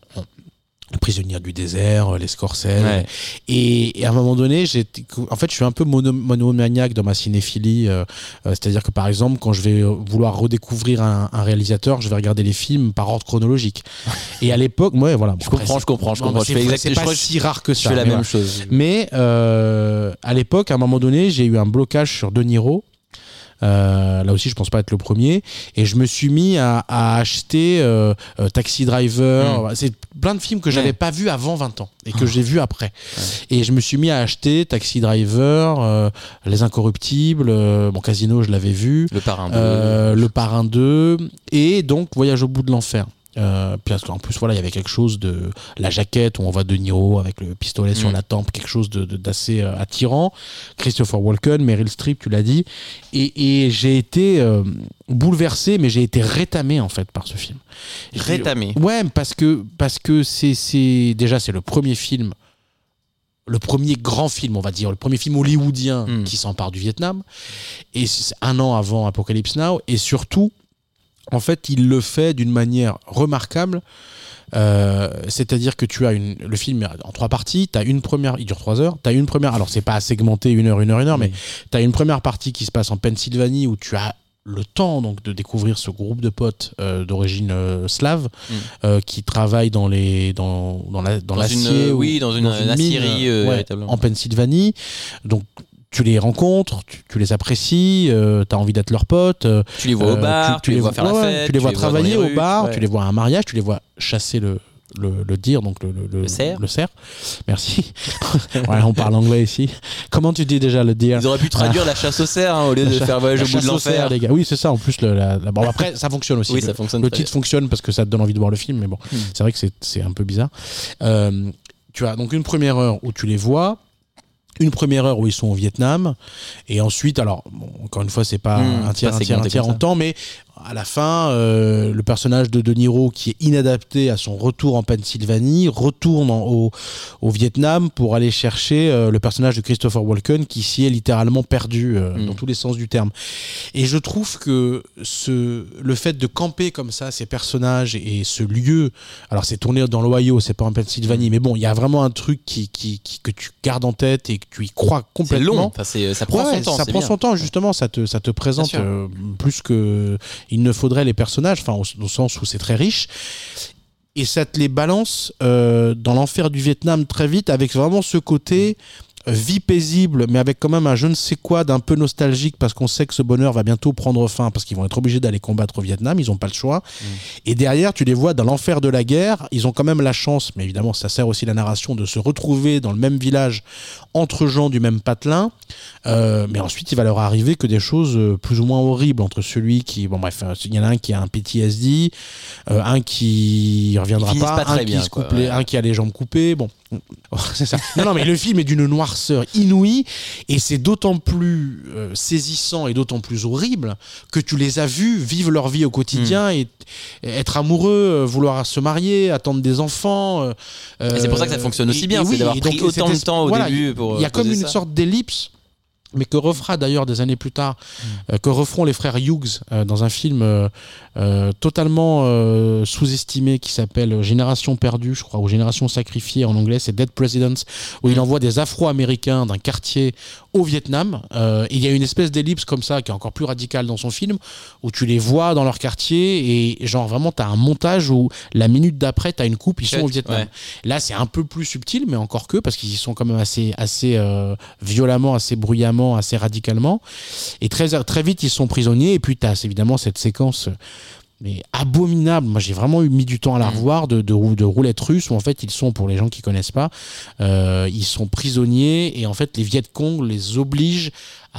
Le prisonnier du désert, les Scorsese. Ouais. Et, et à un moment donné, j'ai, en fait, je suis un peu mono, monomaniaque dans ma cinéphilie. Euh, c'est-à-dire que, par exemple, quand je vais vouloir redécouvrir un, un réalisateur, je vais regarder les films par ordre chronologique. Et à l'époque, ouais, voilà. Bon, je, comprends, je comprends, je comprends, je comprends. C'est, c'est pas si rare que ça. Je fais la mais même voilà. chose. Mais euh, à l'époque, à un moment donné, j'ai eu un blocage sur De Niro. Euh, là aussi je pense pas être le premier, et je me suis mis à, à acheter euh, euh, Taxi Driver, mmh. c'est plein de films que j'avais ouais. pas vu avant vingt ans et que oh. j'ai vu après, ouais. et je me suis mis à acheter Taxi Driver, euh, Les Incorruptibles, euh, bon Casino je l'avais vu, Le Parrain deux, euh, Le Parrain deux, et donc Voyage au bout de l'enfer. Euh, puis en plus voilà, il y avait quelque chose de la jaquette où on voit De Niro avec le pistolet mmh. sur la tempe, quelque chose de, de, d'assez euh, attirant. Christopher Walken, Meryl Streep, tu l'as dit, et, et j'ai été euh, bouleversé, mais j'ai été rétamé en fait par ce film. Rétamé. Ouais, parce que parce que c'est c'est déjà c'est le premier film, le premier grand film, on va dire, le premier film hollywoodien mmh. qui s'empare du Vietnam, et c'est un an avant Apocalypse Now, et surtout en fait, il le fait d'une manière remarquable. Euh, c'est-à-dire que tu as une, le film en trois parties. Tu as une première, il dure trois heures. Tu as une première, alors c'est pas segmenté une heure, une heure, une heure, mmh. mais tu as une première partie qui se passe en Pennsylvanie où tu as le temps donc de découvrir ce groupe de potes euh, d'origine euh, slave Mm. euh, qui travaillent dans les dans dans la dans, Dans l'acier une, ou- oui, dans une, une mine, aciérie, euh, ouais, véritablement. en Pennsylvanie. Donc tu les rencontres, tu, tu les apprécies, euh, tu as envie d'être leur pote. euh, Tu les vois au euh, bar, tu, les vois faire ouais, la ouais, fête, tu les vois travailler dans les au rues, bar, ouais. tu les vois à un mariage, tu les vois chasser le le, le dire, donc le, le, Le cerf. le cerf. Merci. Ouais, on parle anglais ici. Comment tu dis déjà le dire? Ils auraient pu traduire la chasse au cerf hein, au lieu de La cha- faire voyage la au bout de chasse au cerf, l'enfer. les gars. Oui, c'est ça. En plus, le, la, la- bon, après, ça fonctionne aussi. Oui, le, ça fonctionne le très titre bien. fonctionne parce que ça te donne envie de voir le film, mais bon, Hmm. c'est vrai que c'est, c'est un peu bizarre. Euh, tu as donc une première heure où tu les vois. Une première heure où ils sont au Vietnam, et ensuite, alors bon, encore une fois, c'est pas Mmh, un tiers, pas un tiers, un segmenté tiers comme en ça. temps, mais à la fin, euh, le personnage de De Niro, qui est inadapté à son retour en Pennsylvanie, retourne en- au, au Vietnam pour aller chercher euh, le personnage de Christopher Walken, qui s'y est littéralement perdu euh, Mmh. dans tous les sens du terme. Et je trouve que ce, le fait de camper comme ça ces personnages et ce lieu, alors c'est tourné dans l'Ohio, c'est pas en Pennsylvanie, mais bon, il y a vraiment un truc qui, qui, qui- que tu gardes en tête et que tu y crois C'est complètement. long, enfin, c'est- ça prend Ouais, son temps. ça c'est prend bien. son temps, justement, ça te, ça te présente Bien sûr. euh, plus que il ne faudrait les personnages, enfin, au, au sens où c'est très riche. Et ça te les balance euh, dans l'enfer du Vietnam très vite, avec vraiment ce côté euh, vie paisible, mais avec quand même un je ne sais quoi d'un peu nostalgique, parce qu'on sait que ce bonheur va bientôt prendre fin, parce qu'ils vont être obligés d'aller combattre au Vietnam, ils n'ont pas le choix. Et derrière, tu les vois dans l'enfer de la guerre, ils ont quand même la chance, mais évidemment, ça sert aussi la narration, de se retrouver dans le même village, entre gens du même patelin. Euh, mais ensuite, il va leur arriver que des choses euh, plus ou moins horribles, entre celui qui, bon bref, euh, il y en a un qui a un P T S D, euh, un qui reviendra Ils finissent pas, pas très un qui bien, se quoi, coupe les- ouais. un qui a les jambes coupées, bon. C'est ça. Non, non, mais le film est d'une noirceur inouïe, et c'est d'autant plus euh, saisissant et d'autant plus horrible que tu les as vus vivre leur vie au quotidien et, et être amoureux, euh, vouloir se marier, attendre des enfants. euh, Et c'est pour ça que ça fonctionne aussi bien, c'est d'avoir et donc, pris autant cette de temps au voilà, début pour il y a comme poser une ça. sorte d'ellipse, mais que refera d'ailleurs des années plus tard, euh, que referont les frères Hughes euh, dans un film euh, euh, totalement euh, sous-estimé qui s'appelle Génération perdue, je crois, ou Génération sacrifiée en anglais, c'est Dead Presidents, où il envoie des Afro-Américains d'un quartier au Vietnam. Euh, et il y a une espèce d'ellipse comme ça qui est encore plus radicale dans son film, où tu les vois dans leur quartier et genre vraiment t'as un montage où la minute d'après t'as une coupe, ils sont Chouette, au Vietnam. ouais. Là c'est un peu plus subtil, mais encore que, parce qu'ils y sont quand même assez, assez euh, violemment, assez bruyamment, assez radicalement. Et très, très vite ils sont prisonniers, et puis t'as évidemment cette séquence mais abominable. Moi j'ai vraiment eu mis du temps à la revoir, de, de, rou- de roulette russe, où en fait ils sont, pour les gens qui connaissent pas, euh, ils sont prisonniers, et en fait les Viet Cong les obligent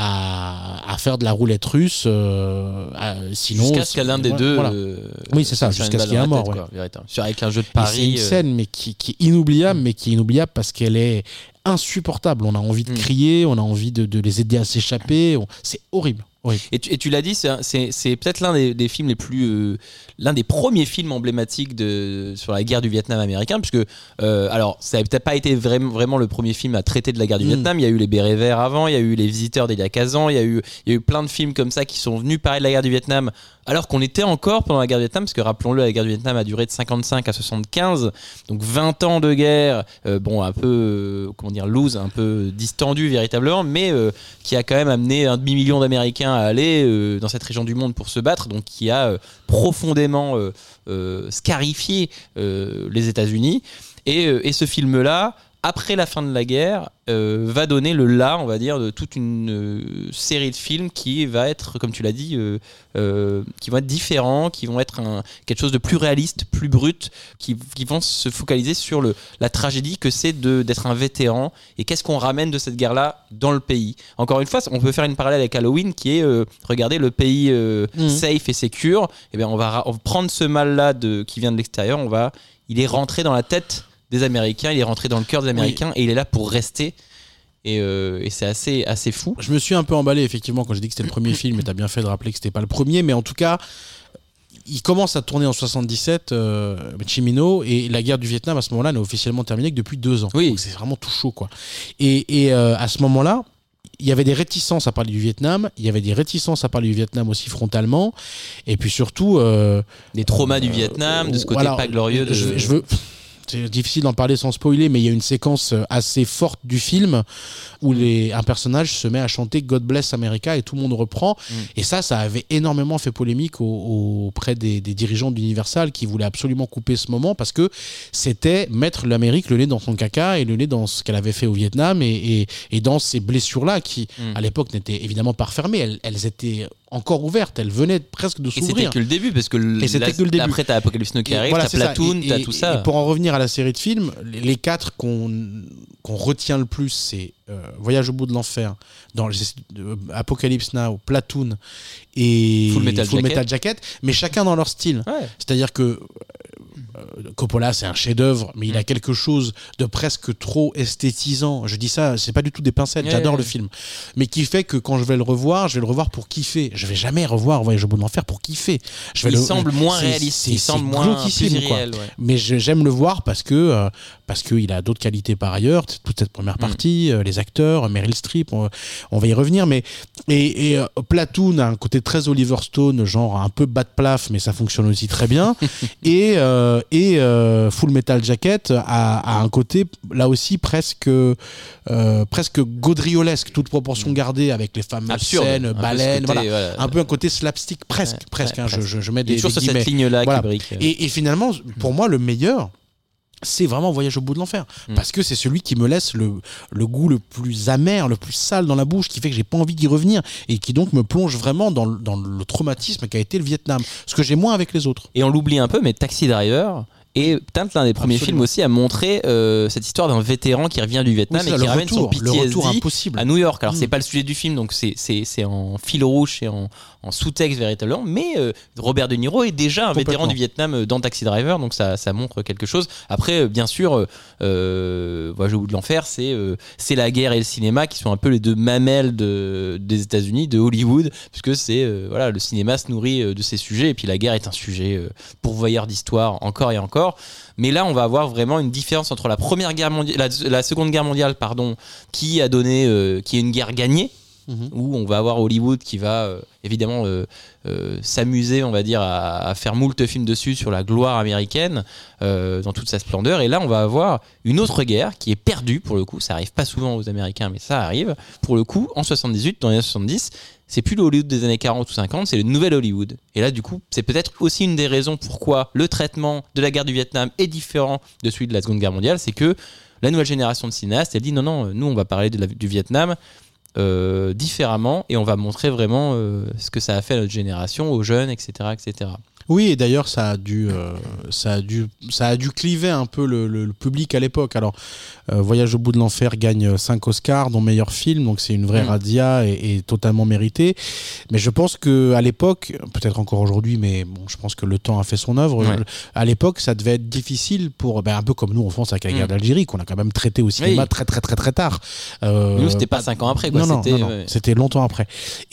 à, à faire de la roulette russe, euh, à- sinon Jusqu'à ce que l'un des voilà, deux. voilà. euh, Oui, c'est ça, se tire jusqu'à une ce qu'il y ait balle dans un la mort, tête, ouais. quoi, véritablement. Sur- Avec un jeu de Et paris. c'est une euh, scène mais qui, qui est inoubliable, mais qui est inoubliable parce qu'elle est insupportable. On a envie de Mm. crier, on a envie de, de les aider à s'échapper. On- C'est horrible. horrible. Et tu, et tu l'as dit, c'est, un- c'est, c'est peut-être l'un des, des films les plus, euh, l'un des premiers films emblématiques de sur la guerre du Vietnam américain, puisque euh, alors ça n'a peut-être pas été vraiment vraiment le premier film à traiter de la guerre du Mm. Vietnam. Il y a eu les Bérets Verts avant, il y a eu les Visiteurs d'Elia Kazan, il y a eu il y a eu plein de films comme ça qui sont venus parler de la guerre du Vietnam, alors qu'on était encore pendant la guerre du Vietnam, parce que rappelons-le, la guerre du Vietnam a duré de cinquante-cinq à soixante-quinze, donc vingt ans de guerre, euh, bon un peu euh, comment dire loose, un peu distendu véritablement, mais euh, qui a quand même amené un demi-million d'Américains à aller euh, dans cette région du monde pour se battre, donc qui a euh, profondément euh, euh, scarifié euh, les États-Unis. Et, euh, et ce film-là, après la fin de la guerre, euh, va donner le là, on va dire, de toute une euh, série de films qui va être, comme tu l'as dit, euh, euh, qui vont être différents, qui vont être un, quelque chose de plus réaliste, plus brut, qui, qui vont se focaliser sur le, la tragédie que c'est de, d'être un vétéran et qu'est-ce qu'on ramène de cette guerre-là dans le pays. Encore une fois, on peut faire une parallèle avec Halloween qui est, euh, regardez, le pays euh, Mhm. safe et secure, et bien on va, ra- on va prendre ce mal-là de, qui vient de l'extérieur, on va, il est rentré dans la tête des Américains, il est rentré dans le cœur des Américains, et il est là pour rester. Et, euh, et c'est assez, assez fou. Je me suis un peu emballé effectivement quand j'ai dit que c'était le premier film, et t'as bien fait de rappeler que c'était pas le premier, mais en tout cas il commence à tourner en soixante-dix-sept, euh, Chimino, et la guerre du Vietnam à ce moment-là n'est officiellement terminée que depuis deux ans. Oui. Donc c'est vraiment tout chaud, quoi. Et, et euh, à ce moment-là, il y avait des réticences à parler du Vietnam, il y avait des réticences à parler du Vietnam aussi frontalement, et puis surtout... Euh, Les traumas du Vietnam, de ce côté voilà, pas glorieux. De... Je, je veux... c'est difficile d'en parler sans spoiler, mais il y a une séquence assez forte du film où les, un personnage se met à chanter God Bless America et tout le monde reprend. Mm. Et ça, ça avait énormément fait polémique au, au, auprès des, des dirigeants d'Universal qui voulaient absolument couper ce moment parce que c'était mettre l'Amérique le nez dans son caca et le nez dans ce qu'elle avait fait au Vietnam et, et, et dans ces blessures-là qui, mm. à l'époque, n'étaient évidemment pas refermées. Elles, elles étaient encore ouvertes, elles venaient presque de s'ouvrir. Et c'était que le début, parce que, le, la, que le début. Après, t'as Apocalypse Now qui arrive, voilà, t'as Platoon, t'as tout ça. Et pour en revenir à la série de films, les quatre qu'on, qu'on retient le plus, c'est euh, Voyage au bout de l'enfer, dans euh, Apocalypse Now, Platoon et Full Metal, Full Jacket. Metal Jacket, mais chacun dans leur style. Ouais. C'est-à-dire que euh, Coppola, c'est un chef-d'œuvre, mais il a quelque chose de presque trop esthétisant. Je dis ça, c'est pas du tout des pincettes, ouais, j'adore ouais. le film. Mais qui fait que quand je vais le revoir, je vais le revoir pour kiffer. Je vais jamais revoir Voyage au bout de l'enfer pour kiffer. Je vais il le, semble moins c'est, réaliste, c'est, il c'est semble moins plus réel. Ouais. Mais je, j'aime le voir parce que euh, parce qu'il a d'autres qualités par ailleurs. Toute cette première partie, mm. euh, les acteurs, Meryl Streep, on, on va y revenir. Mais et, et euh, Platoon a un côté très Oliver Stone, genre un peu bas de plaf, mais ça fonctionne aussi très bien. et euh, et euh, Full Metal Jacket a, a un côté là aussi presque euh, presque gaudriolesque, toute proportion gardée avec les fameuses Absurde, scènes, baleines, côté, voilà, voilà. Un peu un côté slapstick presque, ouais, presque. Ouais, hein, presque. Je, je mets des, toujours des sur cette ligne-là, voilà. Kubrick. Et, et finalement, pour moi, le meilleur, c'est vraiment Voyage au bout de l'enfer. Mm. Parce que c'est celui qui me laisse le, le goût le plus amer, le plus sale dans la bouche, qui fait que j'ai pas envie d'y revenir et qui donc me plonge vraiment dans le, dans le traumatisme qu'a été le Vietnam. Ce que j'ai moins avec les autres. Et on l'oublie un peu, mais Taxi Driver est peut-être l'un des premiers Absolument. films aussi à montrer euh, cette histoire d'un vétéran qui revient du Vietnam oui, et ça, qui ramène retour, son P T S D à New York. Alors mm. c'est pas le sujet du film, donc c'est, c'est, c'est en fil rouge et en, en sous-texte véritablement, mais euh, Robert De Niro est déjà un vétéran du Vietnam dans Taxi Driver, donc ça, ça montre quelque chose. Après, euh, bien sûr, euh, Voyage au bout de l'enfer, c'est, euh, c'est la guerre et le cinéma qui sont un peu les deux mamelles de, des États-Unis, de Hollywood, puisque c'est euh, voilà, le cinéma se nourrit euh, de ces sujets, et puis la guerre est un sujet euh, pourvoyeur d'histoire encore et encore. Mais là, on va avoir vraiment une différence entre la première guerre mondiale, la, la seconde guerre mondiale, pardon, qui a donné, euh, qui est une guerre gagnée, mmh. où on va avoir Hollywood qui va euh, évidemment euh, euh, s'amuser, on va dire, à, à faire moult films dessus sur la gloire américaine euh, dans toute sa splendeur. Et là, on va avoir une autre guerre qui est perdue pour le coup. Ça arrive pas souvent aux Américains, mais ça arrive pour le coup en soixante-dix-huit, dans les années soixante-dix. C'est plus le Hollywood des années quarante ou cinquante, c'est le nouvel Hollywood. Et là, du coup, c'est peut-être aussi une des raisons pourquoi le traitement de la guerre du Vietnam est différent de celui de la Seconde Guerre mondiale. C'est que la nouvelle génération de cinéastes, elle dit non, non, nous, on va parler de la, du Vietnam euh, différemment et on va montrer vraiment euh, ce que ça a fait à notre génération, aux jeunes, et cetera, et cetera. Oui, et d'ailleurs, ça a dû, euh, ça a dû, ça a dû cliver un peu le, le, le public à l'époque. Alors, euh, Voyage au bout de l'enfer gagne cinq Oscars, dont meilleur film, donc c'est une vraie mmh. razzia et, et totalement méritée. Mais je pense que à l'époque, peut-être encore aujourd'hui, mais bon, je pense que le temps a fait son œuvre. Ouais. À l'époque, ça devait être difficile pour, ben, un peu comme nous en France avec la guerre mmh. d'Algérie, qu'on a quand même traité au cinéma oui. très très très très tard. Euh, nous, c'était pas cinq ans après, quoi. Non, c'était, non, non, ouais. c'était longtemps après.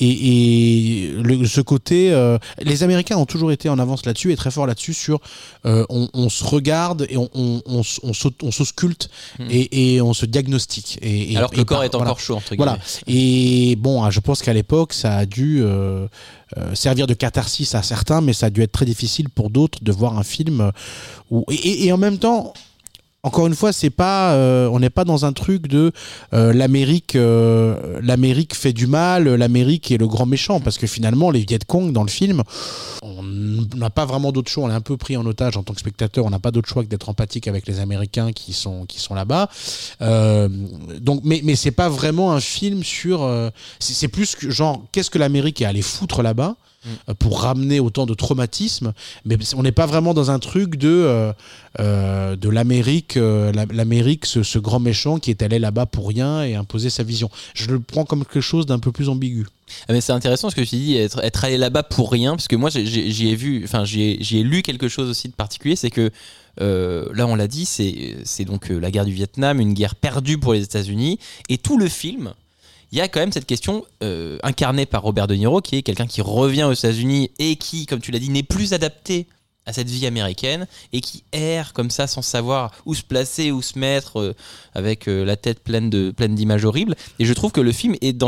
Et, et le, ce côté, euh, les Américains ont toujours été en avance là-dessus et très fort là-dessus sur euh, on, on se regarde et on, on, on, on, on s'ausculte mmh. et, et on se diagnostique. Et, et, alors que et le corps par, est encore voilà. chaud, entre guillemets. Voilà. Et bon, je pense qu'à l'époque, ça a dû euh, euh, servir de catharsis à certains, mais ça a dû être très difficile pour d'autres de voir un film où... Et, et, et en même temps... Encore une fois, c'est pas, euh, on n'est pas dans un truc de euh, l'Amérique, euh, l'Amérique fait du mal, l'Amérique est le grand méchant, parce que finalement, les Viet Cong dans le film, on n'a pas vraiment d'autre choix. On est un peu pris en otage en tant que spectateur. On n'a pas d'autre choix que d'être empathique avec les Américains qui sont qui sont là-bas. Euh, donc, mais mais c'est pas vraiment un film sur. Euh, c'est, c'est plus que, genre qu'est-ce que l'Amérique est allée foutre là-bas. Pour ramener autant de traumatisme, mais on n'est pas vraiment dans un truc de euh, euh, de l'Amérique, euh, l'Amérique, ce, ce grand méchant qui est allé là-bas pour rien et imposer sa vision. Je le prends comme quelque chose d'un peu plus ambigu. Ah mais c'est intéressant ce que tu dis, être, être allé là-bas pour rien, parce que moi j'ai, j'y ai vu, enfin j'y ai, j'y ai lu quelque chose aussi de particulier, c'est que euh, là on l'a dit, c'est c'est donc euh, la guerre du Vietnam, une guerre perdue pour les États-Unis, et tout le film. Il y a quand même cette question euh, incarnée par Robert De Niro, qui est quelqu'un qui revient aux États-Unis et qui, comme tu l'as dit, n'est plus adapté à cette vie américaine et qui erre comme ça sans savoir où se placer, où se mettre, euh, avec euh, la tête pleine de pleine d'images horribles. Et je trouve que le film est dans cette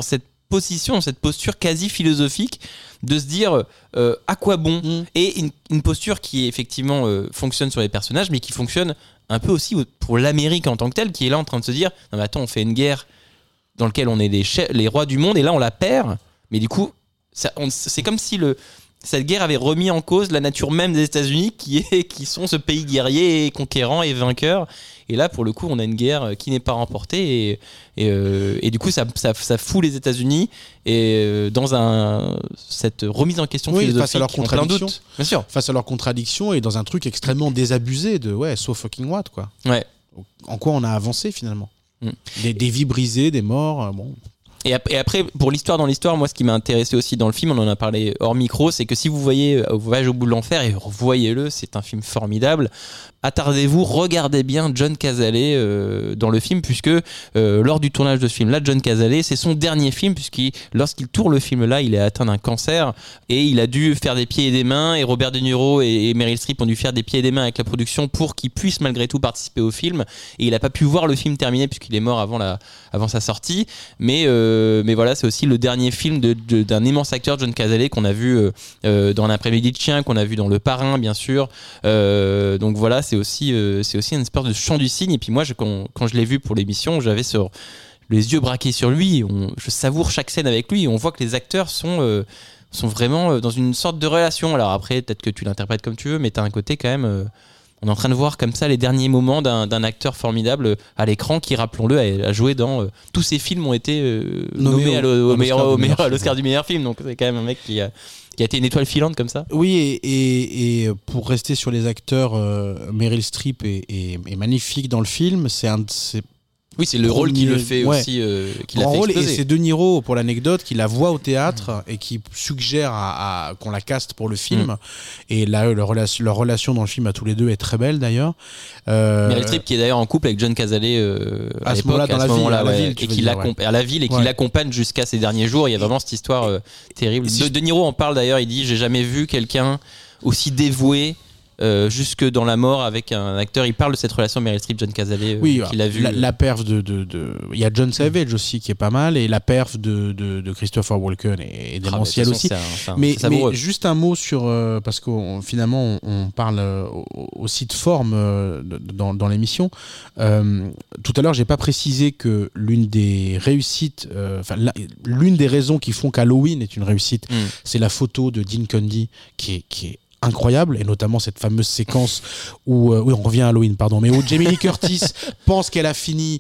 position, cette posture quasi philosophique de se dire euh, à quoi bon mmh. et une, une posture qui effectivement euh, fonctionne sur les personnages mais qui fonctionne un peu aussi pour l'Amérique en tant que telle, qui est là en train de se dire non mais attends, on fait une guerre dans laquelle on est les, chefs, les rois du monde et là on la perd, mais du coup ça, on, c'est comme si le cette guerre avait remis en cause la nature même des États-Unis qui, est, qui sont ce pays guerrier, conquérant et vainqueur. Et là, pour le coup, on a une guerre qui n'est pas remportée. Et, et, euh, et du coup, ça, ça, ça fout les États-Unis et, euh, dans un, cette remise en question oui, philosophique. Face à leurs contradictions. Bien sûr. Face à leurs contradictions et dans un truc extrêmement désabusé de ouais, so fucking what, quoi. Ouais. En quoi on a avancé finalement mm. des, des vies brisées, des morts, euh, bon... Et après, pour l'histoire dans l'histoire, moi, ce qui m'a intéressé aussi dans le film, on en a parlé hors micro, c'est que si vous voyez Voyage au bout de l'enfer, et revoyez-le, c'est un film formidable. Attardez-vous, regardez bien John Cazale euh, dans le film, puisque euh, lors du tournage de ce film-là, John Cazale, c'est son dernier film, puisqu'il, lorsqu'il tourne le film-là, il est atteint d'un cancer et il a dû faire des pieds et des mains. Et Robert De Niro et, et Meryl Streep ont dû faire des pieds et des mains avec la production pour qu'il puisse malgré tout participer au film. Et il n'a pas pu voir le film terminé puisqu'il est mort avant, la, avant sa sortie. Mais, euh, mais voilà, c'est aussi le dernier film de, de, d'un immense acteur, John Cazale, qu'on a vu euh, dans L'après-midi de chien, qu'on a vu dans Le Parrain, bien sûr. Euh, donc voilà, c'est aussi, euh, c'est aussi une espèce de chant du cygne. Et puis moi, je, quand, quand je l'ai vu pour l'émission, j'avais sur, les yeux braqués sur lui. On, je savoure chaque scène avec lui. Et on voit que les acteurs sont, euh, sont vraiment dans une sorte de relation. Alors après, peut-être que tu l'interprètes comme tu veux, mais tu as un côté quand même... Euh, on est en train de voir comme ça les derniers moments d'un, d'un acteur formidable à l'écran qui, rappelons-le, a, a joué dans... Euh, tous ses films ont été euh, nommés au, au, au, meilleur, au, meilleur, à l'Oscar du meilleur film. Donc c'est quand même un mec qui a... qui a été une étoile filante comme ça. Oui, et, et, et pour rester sur les acteurs, euh, Meryl Streep est, est, est magnifique dans le film. C'est un de ses Oui, c'est le rôle qui le fait ouais. aussi, euh, qui l'a fait rôle, exploser. Et c'est De Niro, pour l'anecdote, qui la voit au théâtre mmh. et qui suggère à, à, qu'on la caste pour le film. Mmh. Et là, leur relation, leur relation dans le film à tous les deux est très belle d'ailleurs. Euh, Meryl Streep qui est d'ailleurs en couple avec John Cazale euh, à, à ce moment-là, dans à la ce ville, moment-là, à la ouais, ville, et qui dire, ouais. à la ville et qui ouais. l'accompagne jusqu'à ses derniers jours. Il y a vraiment cette histoire euh, terrible. Si de, de Niro en parle d'ailleurs. Il dit: j'ai jamais vu quelqu'un aussi dévoué. Euh, jusque dans la mort avec un acteur. Il parle de cette relation Meryl Streep John Cazale euh, oui, qu'il a vu. La, la perf de, de, de, il y a John Savage mmh. aussi qui est pas mal, et la perf de, de, de Christopher Walken est, est démentielle ah, aussi. C'est un, c'est un, mais, c'est mais juste un mot sur euh, parce que on, finalement on, on parle euh, aussi de forme euh, dans, dans l'émission. Euh, tout à l'heure, j'ai pas précisé que l'une des réussites, enfin euh, l'une des raisons qui font qu'Halloween est une réussite, mmh. c'est la photo de Dean Cundey qui est, qui est incroyable, et notamment cette fameuse séquence où euh, oui on revient à Halloween pardon mais où Jamie Lee Curtis pense qu'elle a fini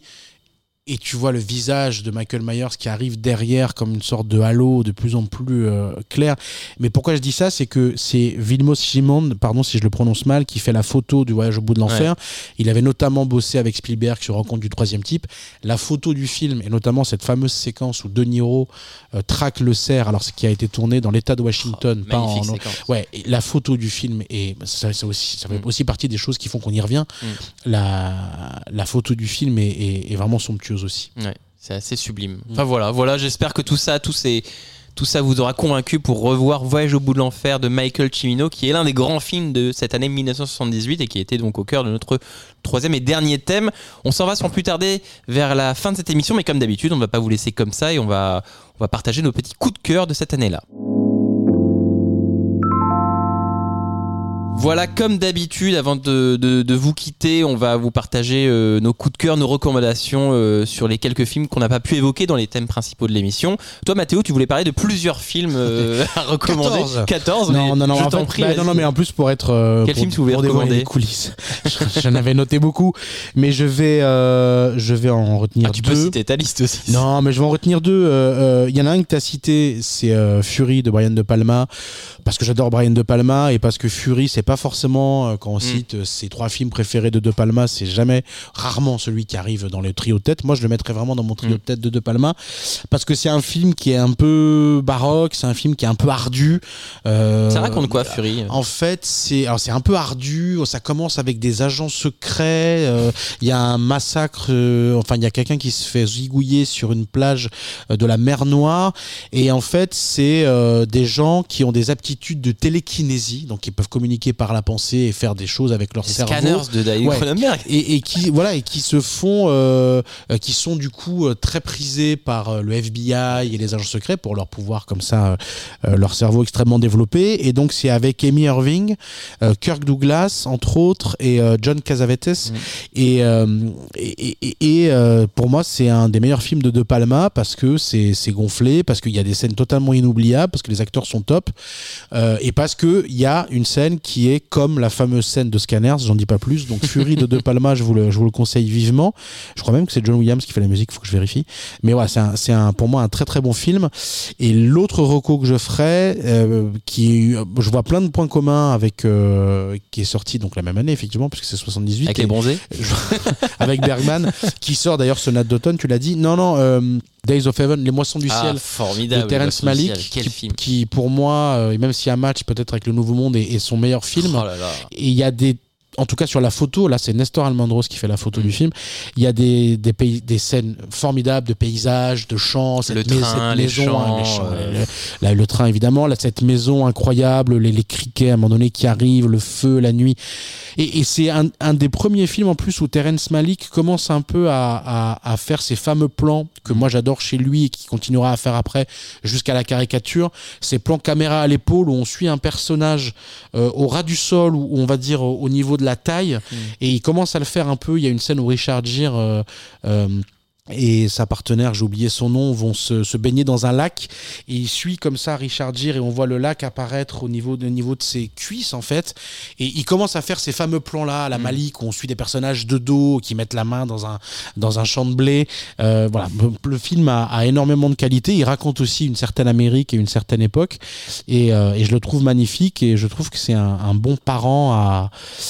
et tu vois le visage de Michael Myers qui arrive derrière comme une sorte de halo de plus en plus euh, clair. Mais pourquoi je dis ça, c'est que c'est Vilmos Simon, pardon si je le prononce mal, qui fait la photo du Voyage au bout de l'enfer. Ouais. Il avait notamment bossé avec Spielberg sur Rencontre du troisième type. La photo du film, et notamment cette fameuse séquence où De Niro euh, traque le cerf, alors ce qui a été tourné dans l'État de Washington, oh, pas en séquence. Ouais, et la photo du film, et ça, ça, aussi, ça fait mm. aussi partie des choses qui font qu'on y revient. Mm. La, la photo du film est, est, est vraiment somptueuse aussi. Ouais, c'est assez sublime. Enfin voilà, voilà, j'espère que tout ça, tous ces, tout ça vous aura convaincu pour revoir Voyage au bout de l'enfer de Michael Cimino, qui est l'un des grands films de cette année dix-neuf cent soixante-dix-huit et qui était donc au cœur de notre troisième et dernier thème. On s'en va sans plus tarder vers la fin de cette émission, mais comme d'habitude, on ne va pas vous laisser comme ça et on va, on va partager nos petits coups de cœur de cette année-là. Voilà, comme d'habitude, avant de, de, de vous quitter, on va vous partager euh, nos coups de cœur, nos recommandations euh, sur les quelques films qu'on n'a pas pu évoquer dans les thèmes principaux de l'émission. Toi, Mathéo, tu voulais parler de plusieurs films euh, à recommander. quatorze. quatorze Non, mais non, non, je en t'en fait, prie. Bah, non, non, mais en plus, pour être. Euh, Quel pour, film tu voulais recommander? Les coulisses. J'en avais noté beaucoup, mais je vais, euh, je vais en retenir ah, tu deux. Tu peux citer ta liste aussi. Non, mais je vais en retenir deux. Il euh, euh, y en a un que tu as cité, c'est euh, Fury de Brian De Palma, parce que j'adore Brian De Palma et parce que Fury, c'est pas forcément. Quand on cite mm. ses trois films préférés de De Palma, c'est jamais, rarement celui qui arrive dans le trio de tête. Moi, je le mettrais vraiment dans mon trio mm. de tête de De Palma, parce que c'est un film qui est un peu baroque, c'est un film qui est un peu ardu. Euh, ça raconte quoi, Fury? En fait, c'est, alors c'est un peu ardu. Ça commence avec des agents secrets. Il euh, y a un massacre. Euh, enfin, il y a quelqu'un qui se fait zigouiller sur une plage euh, de la mer Noire. Et en fait, c'est euh, des gens qui ont des aptitudes de télékinésie, donc ils peuvent communiquer par la pensée et faire des choses avec leur Les cerveau. Scanners de David Ouais. Cronenberg. Et, et qui voilà et qui se font euh, euh, qui sont du coup euh, très prisés par euh, le F B I et les agents secrets pour leur pouvoir comme ça euh, euh, leur cerveau extrêmement développé. Et donc c'est avec Amy Irving, euh, Kirk Douglas entre autres et euh, John Cassavetes. Mmh. Et, euh, et, et, et euh, pour moi c'est un des meilleurs films de De Palma parce que c'est c'est gonflé, parce qu'il y a des scènes totalement inoubliables, parce que les acteurs sont top, euh, et parce que il y a une scène qui est comme la fameuse scène de Scanners, j'en dis pas plus. Donc Fury de De Palma, je vous le je vous le conseille vivement. Je crois même que c'est John Williams qui fait la musique, faut que je vérifie. Mais ouais, c'est un c'est un pour moi un très très bon film. Et l'autre reco que je ferais, euh, qui je vois plein de points communs avec euh, qui est sorti donc la même année effectivement puisque c'est soixante-dix-huit. Avec les bronzés. Avec Bergman qui sort d'ailleurs Sonate d'automne, tu l'as dit. Non non, euh, Days of Heaven, Les Moissons du ah, ciel, formidable, de Terrence Malick, qui, film. qui pour moi, euh, et même s'il y a un match peut-être avec Le Nouveau Monde, est, est son meilleur film. Oh là là. Et il y a des, en tout cas sur la photo, là c'est Nestor Almendros qui fait la photo mmh. du film. Il y a des des, pays, des scènes formidables de paysages, de champs, cette, le mais, train, cette les maison, champs, hein, les champs, euh... le, là, le train évidemment, là cette maison incroyable, les, les criquets à un moment donné qui arrivent, le feu, la nuit. Et, et c'est un, un des premiers films en plus où Terrence Malick commence un peu à, à, à faire ces fameux plans que moi j'adore chez lui et qui continuera à faire après jusqu'à la caricature. Ces plans caméra à l'épaule où on suit un personnage euh, au ras du sol, ou on va dire au, au niveau de la taille. Mmh. Et il commence à le faire un peu. Il y a une scène où Richard Gere euh, euh, et sa partenaire, j'ai oublié son nom, vont se, se baigner dans un lac et il suit comme ça Richard Gere et on voit le lac apparaître au niveau de, au niveau de ses cuisses en fait, et il commence à faire ces fameux plans là à la Malick où on suit des personnages de dos qui mettent la main dans un, dans un champ de blé. Euh, voilà, le film a, a énormément de qualité, il raconte aussi une certaine Amérique et une certaine époque, et, euh, et je le trouve magnifique, et je trouve que c'est un, un bon parent à,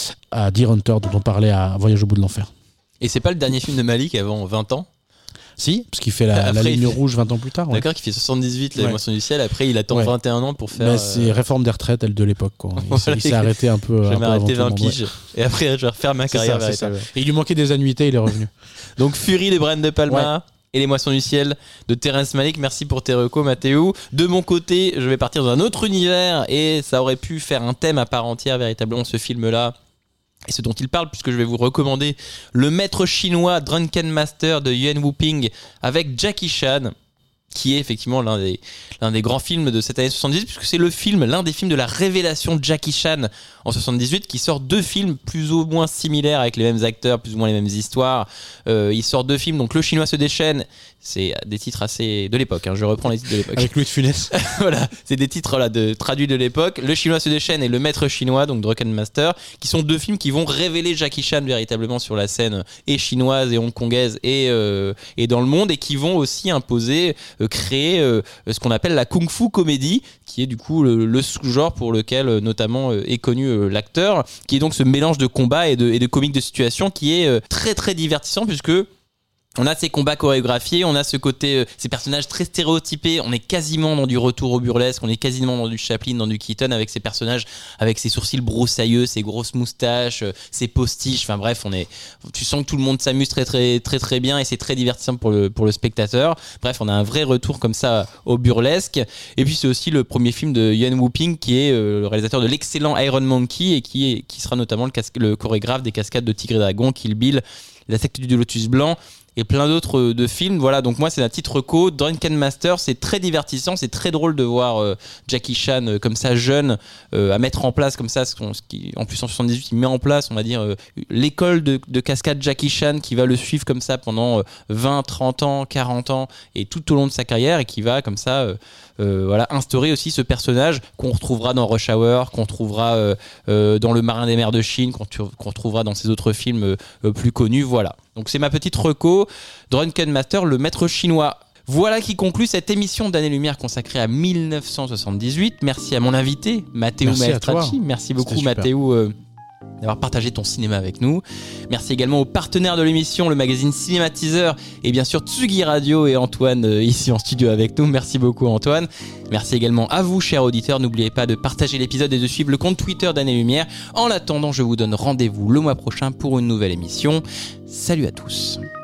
à Deer Hunter dont on parlait à Voyage au bout de l'enfer. Et c'est pas le dernier film de Malick avant vingt ans? Si, parce qu'il fait la, la ligne fait... rouge vingt ans plus tard. Ouais. D'accord, qui fait soixante-dix-huit, La ouais. Moisson du ciel. Après, il attend ouais. vingt et un ans pour faire. Bah, c'est euh... réforme des retraites, elle de l'époque. Quoi. Il, voilà, s'est, il s'est arrêté un peu. Je vais m'arrêter vingt piges. Ouais. Et après, je vais refaire ma carrière. C'est ça, c'est ça. Et il lui manquait des annuités, il est revenu. Donc, Fury de Brian De Palma. Ouais. Et Les Moissons du ciel de Terrence Malick. Merci pour tes recos, Mathéo. De mon côté, je vais partir dans un autre univers et ça aurait pu faire un thème à part entière, véritablement, ce film-là. Et ce dont il parle, puisque je vais vous recommander Le Maître chinois Drunken Master de Yuen Woo-ping avec Jackie Chan, qui est effectivement l'un des, l'un des grands films de cette année soixante-dix-huit, puisque c'est le film, l'un des films de la révélation de Jackie Chan en soixante-dix-huit, qui sort deux films plus ou moins similaires avec les mêmes acteurs, plus ou moins les mêmes histoires. Euh, il sort deux films, donc Le Chinois se déchaîne, c'est des titres assez de l'époque, hein, je reprends les titres de l'époque. Avec Louis de Funès. Voilà, c'est des titres là, de, traduits de l'époque. Le Chinois se déchaîne et Le Maître chinois, donc Drunken Master, qui sont deux films qui vont révéler Jackie Chan véritablement sur la scène et chinoise et hongkongaise et, euh, et dans le monde, et qui vont aussi imposer, euh, créer euh, ce qu'on appelle la Kung Fu comédie, qui est du coup le, le sous-genre pour lequel euh, notamment euh, est connu euh, l'acteur, qui est donc ce mélange de combat et de, et de comique de situation qui est euh, très très divertissant, puisque on a ces combats chorégraphiés, on a ce côté, euh, ces personnages très stéréotypés, on est quasiment dans du retour au burlesque, on est quasiment dans du Chaplin, dans du Keaton, avec ces personnages, avec ces sourcils broussailleux, ces grosses moustaches, euh, ces postiches, enfin bref, on est, tu sens que tout le monde s'amuse très très très très bien et c'est très divertissant pour le, pour le spectateur. Bref, on a un vrai retour comme ça au burlesque. Et puis c'est aussi le premier film de Yuen Woo-ping, qui est euh, le réalisateur de l'excellent Iron Monkey et qui, est, qui sera notamment le, casque, le chorégraphe des cascades de Tigre et Dragon, Kill Bill, La secte du Lotus Blanc, et plein d'autres de films. Voilà, donc moi c'est un titre reco. Drunken Master, c'est très divertissant, c'est très drôle de voir euh, Jackie Chan euh, comme ça jeune, euh, à mettre en place comme ça, ce, ce qui, en plus en soixante-dix-huit il met en place, on va dire, euh, l'école de, de cascade Jackie Chan, qui va le suivre comme ça pendant euh, vingt, trente ans, quarante ans, et tout au long de sa carrière, et qui va comme ça euh, euh, voilà, instaurer aussi ce personnage qu'on retrouvera dans Rush Hour, qu'on retrouvera euh, euh, dans Le Marin des mers de Chine, qu'on, qu'on retrouvera dans ses autres films euh, euh, plus connus. Voilà, donc c'est ma petite reco. Drunken Master, Le Maître chinois. Voilà qui conclut cette émission d'Année-Lumière consacrée à dix-neuf cent soixante-dix-huit. Merci à mon invité, Matteo Maestracci. Merci beaucoup, Matteo, euh, d'avoir partagé ton cinéma avec nous. Merci également aux partenaires de l'émission, le magazine Cinématiseur, et bien sûr Tsugi Radio et Antoine euh, ici en studio avec nous. Merci beaucoup, Antoine. Merci également à vous, chers auditeurs. N'oubliez pas de partager l'épisode et de suivre le compte Twitter d'Année-Lumière. En attendant, je vous donne rendez-vous le mois prochain pour une nouvelle émission. Salut à tous.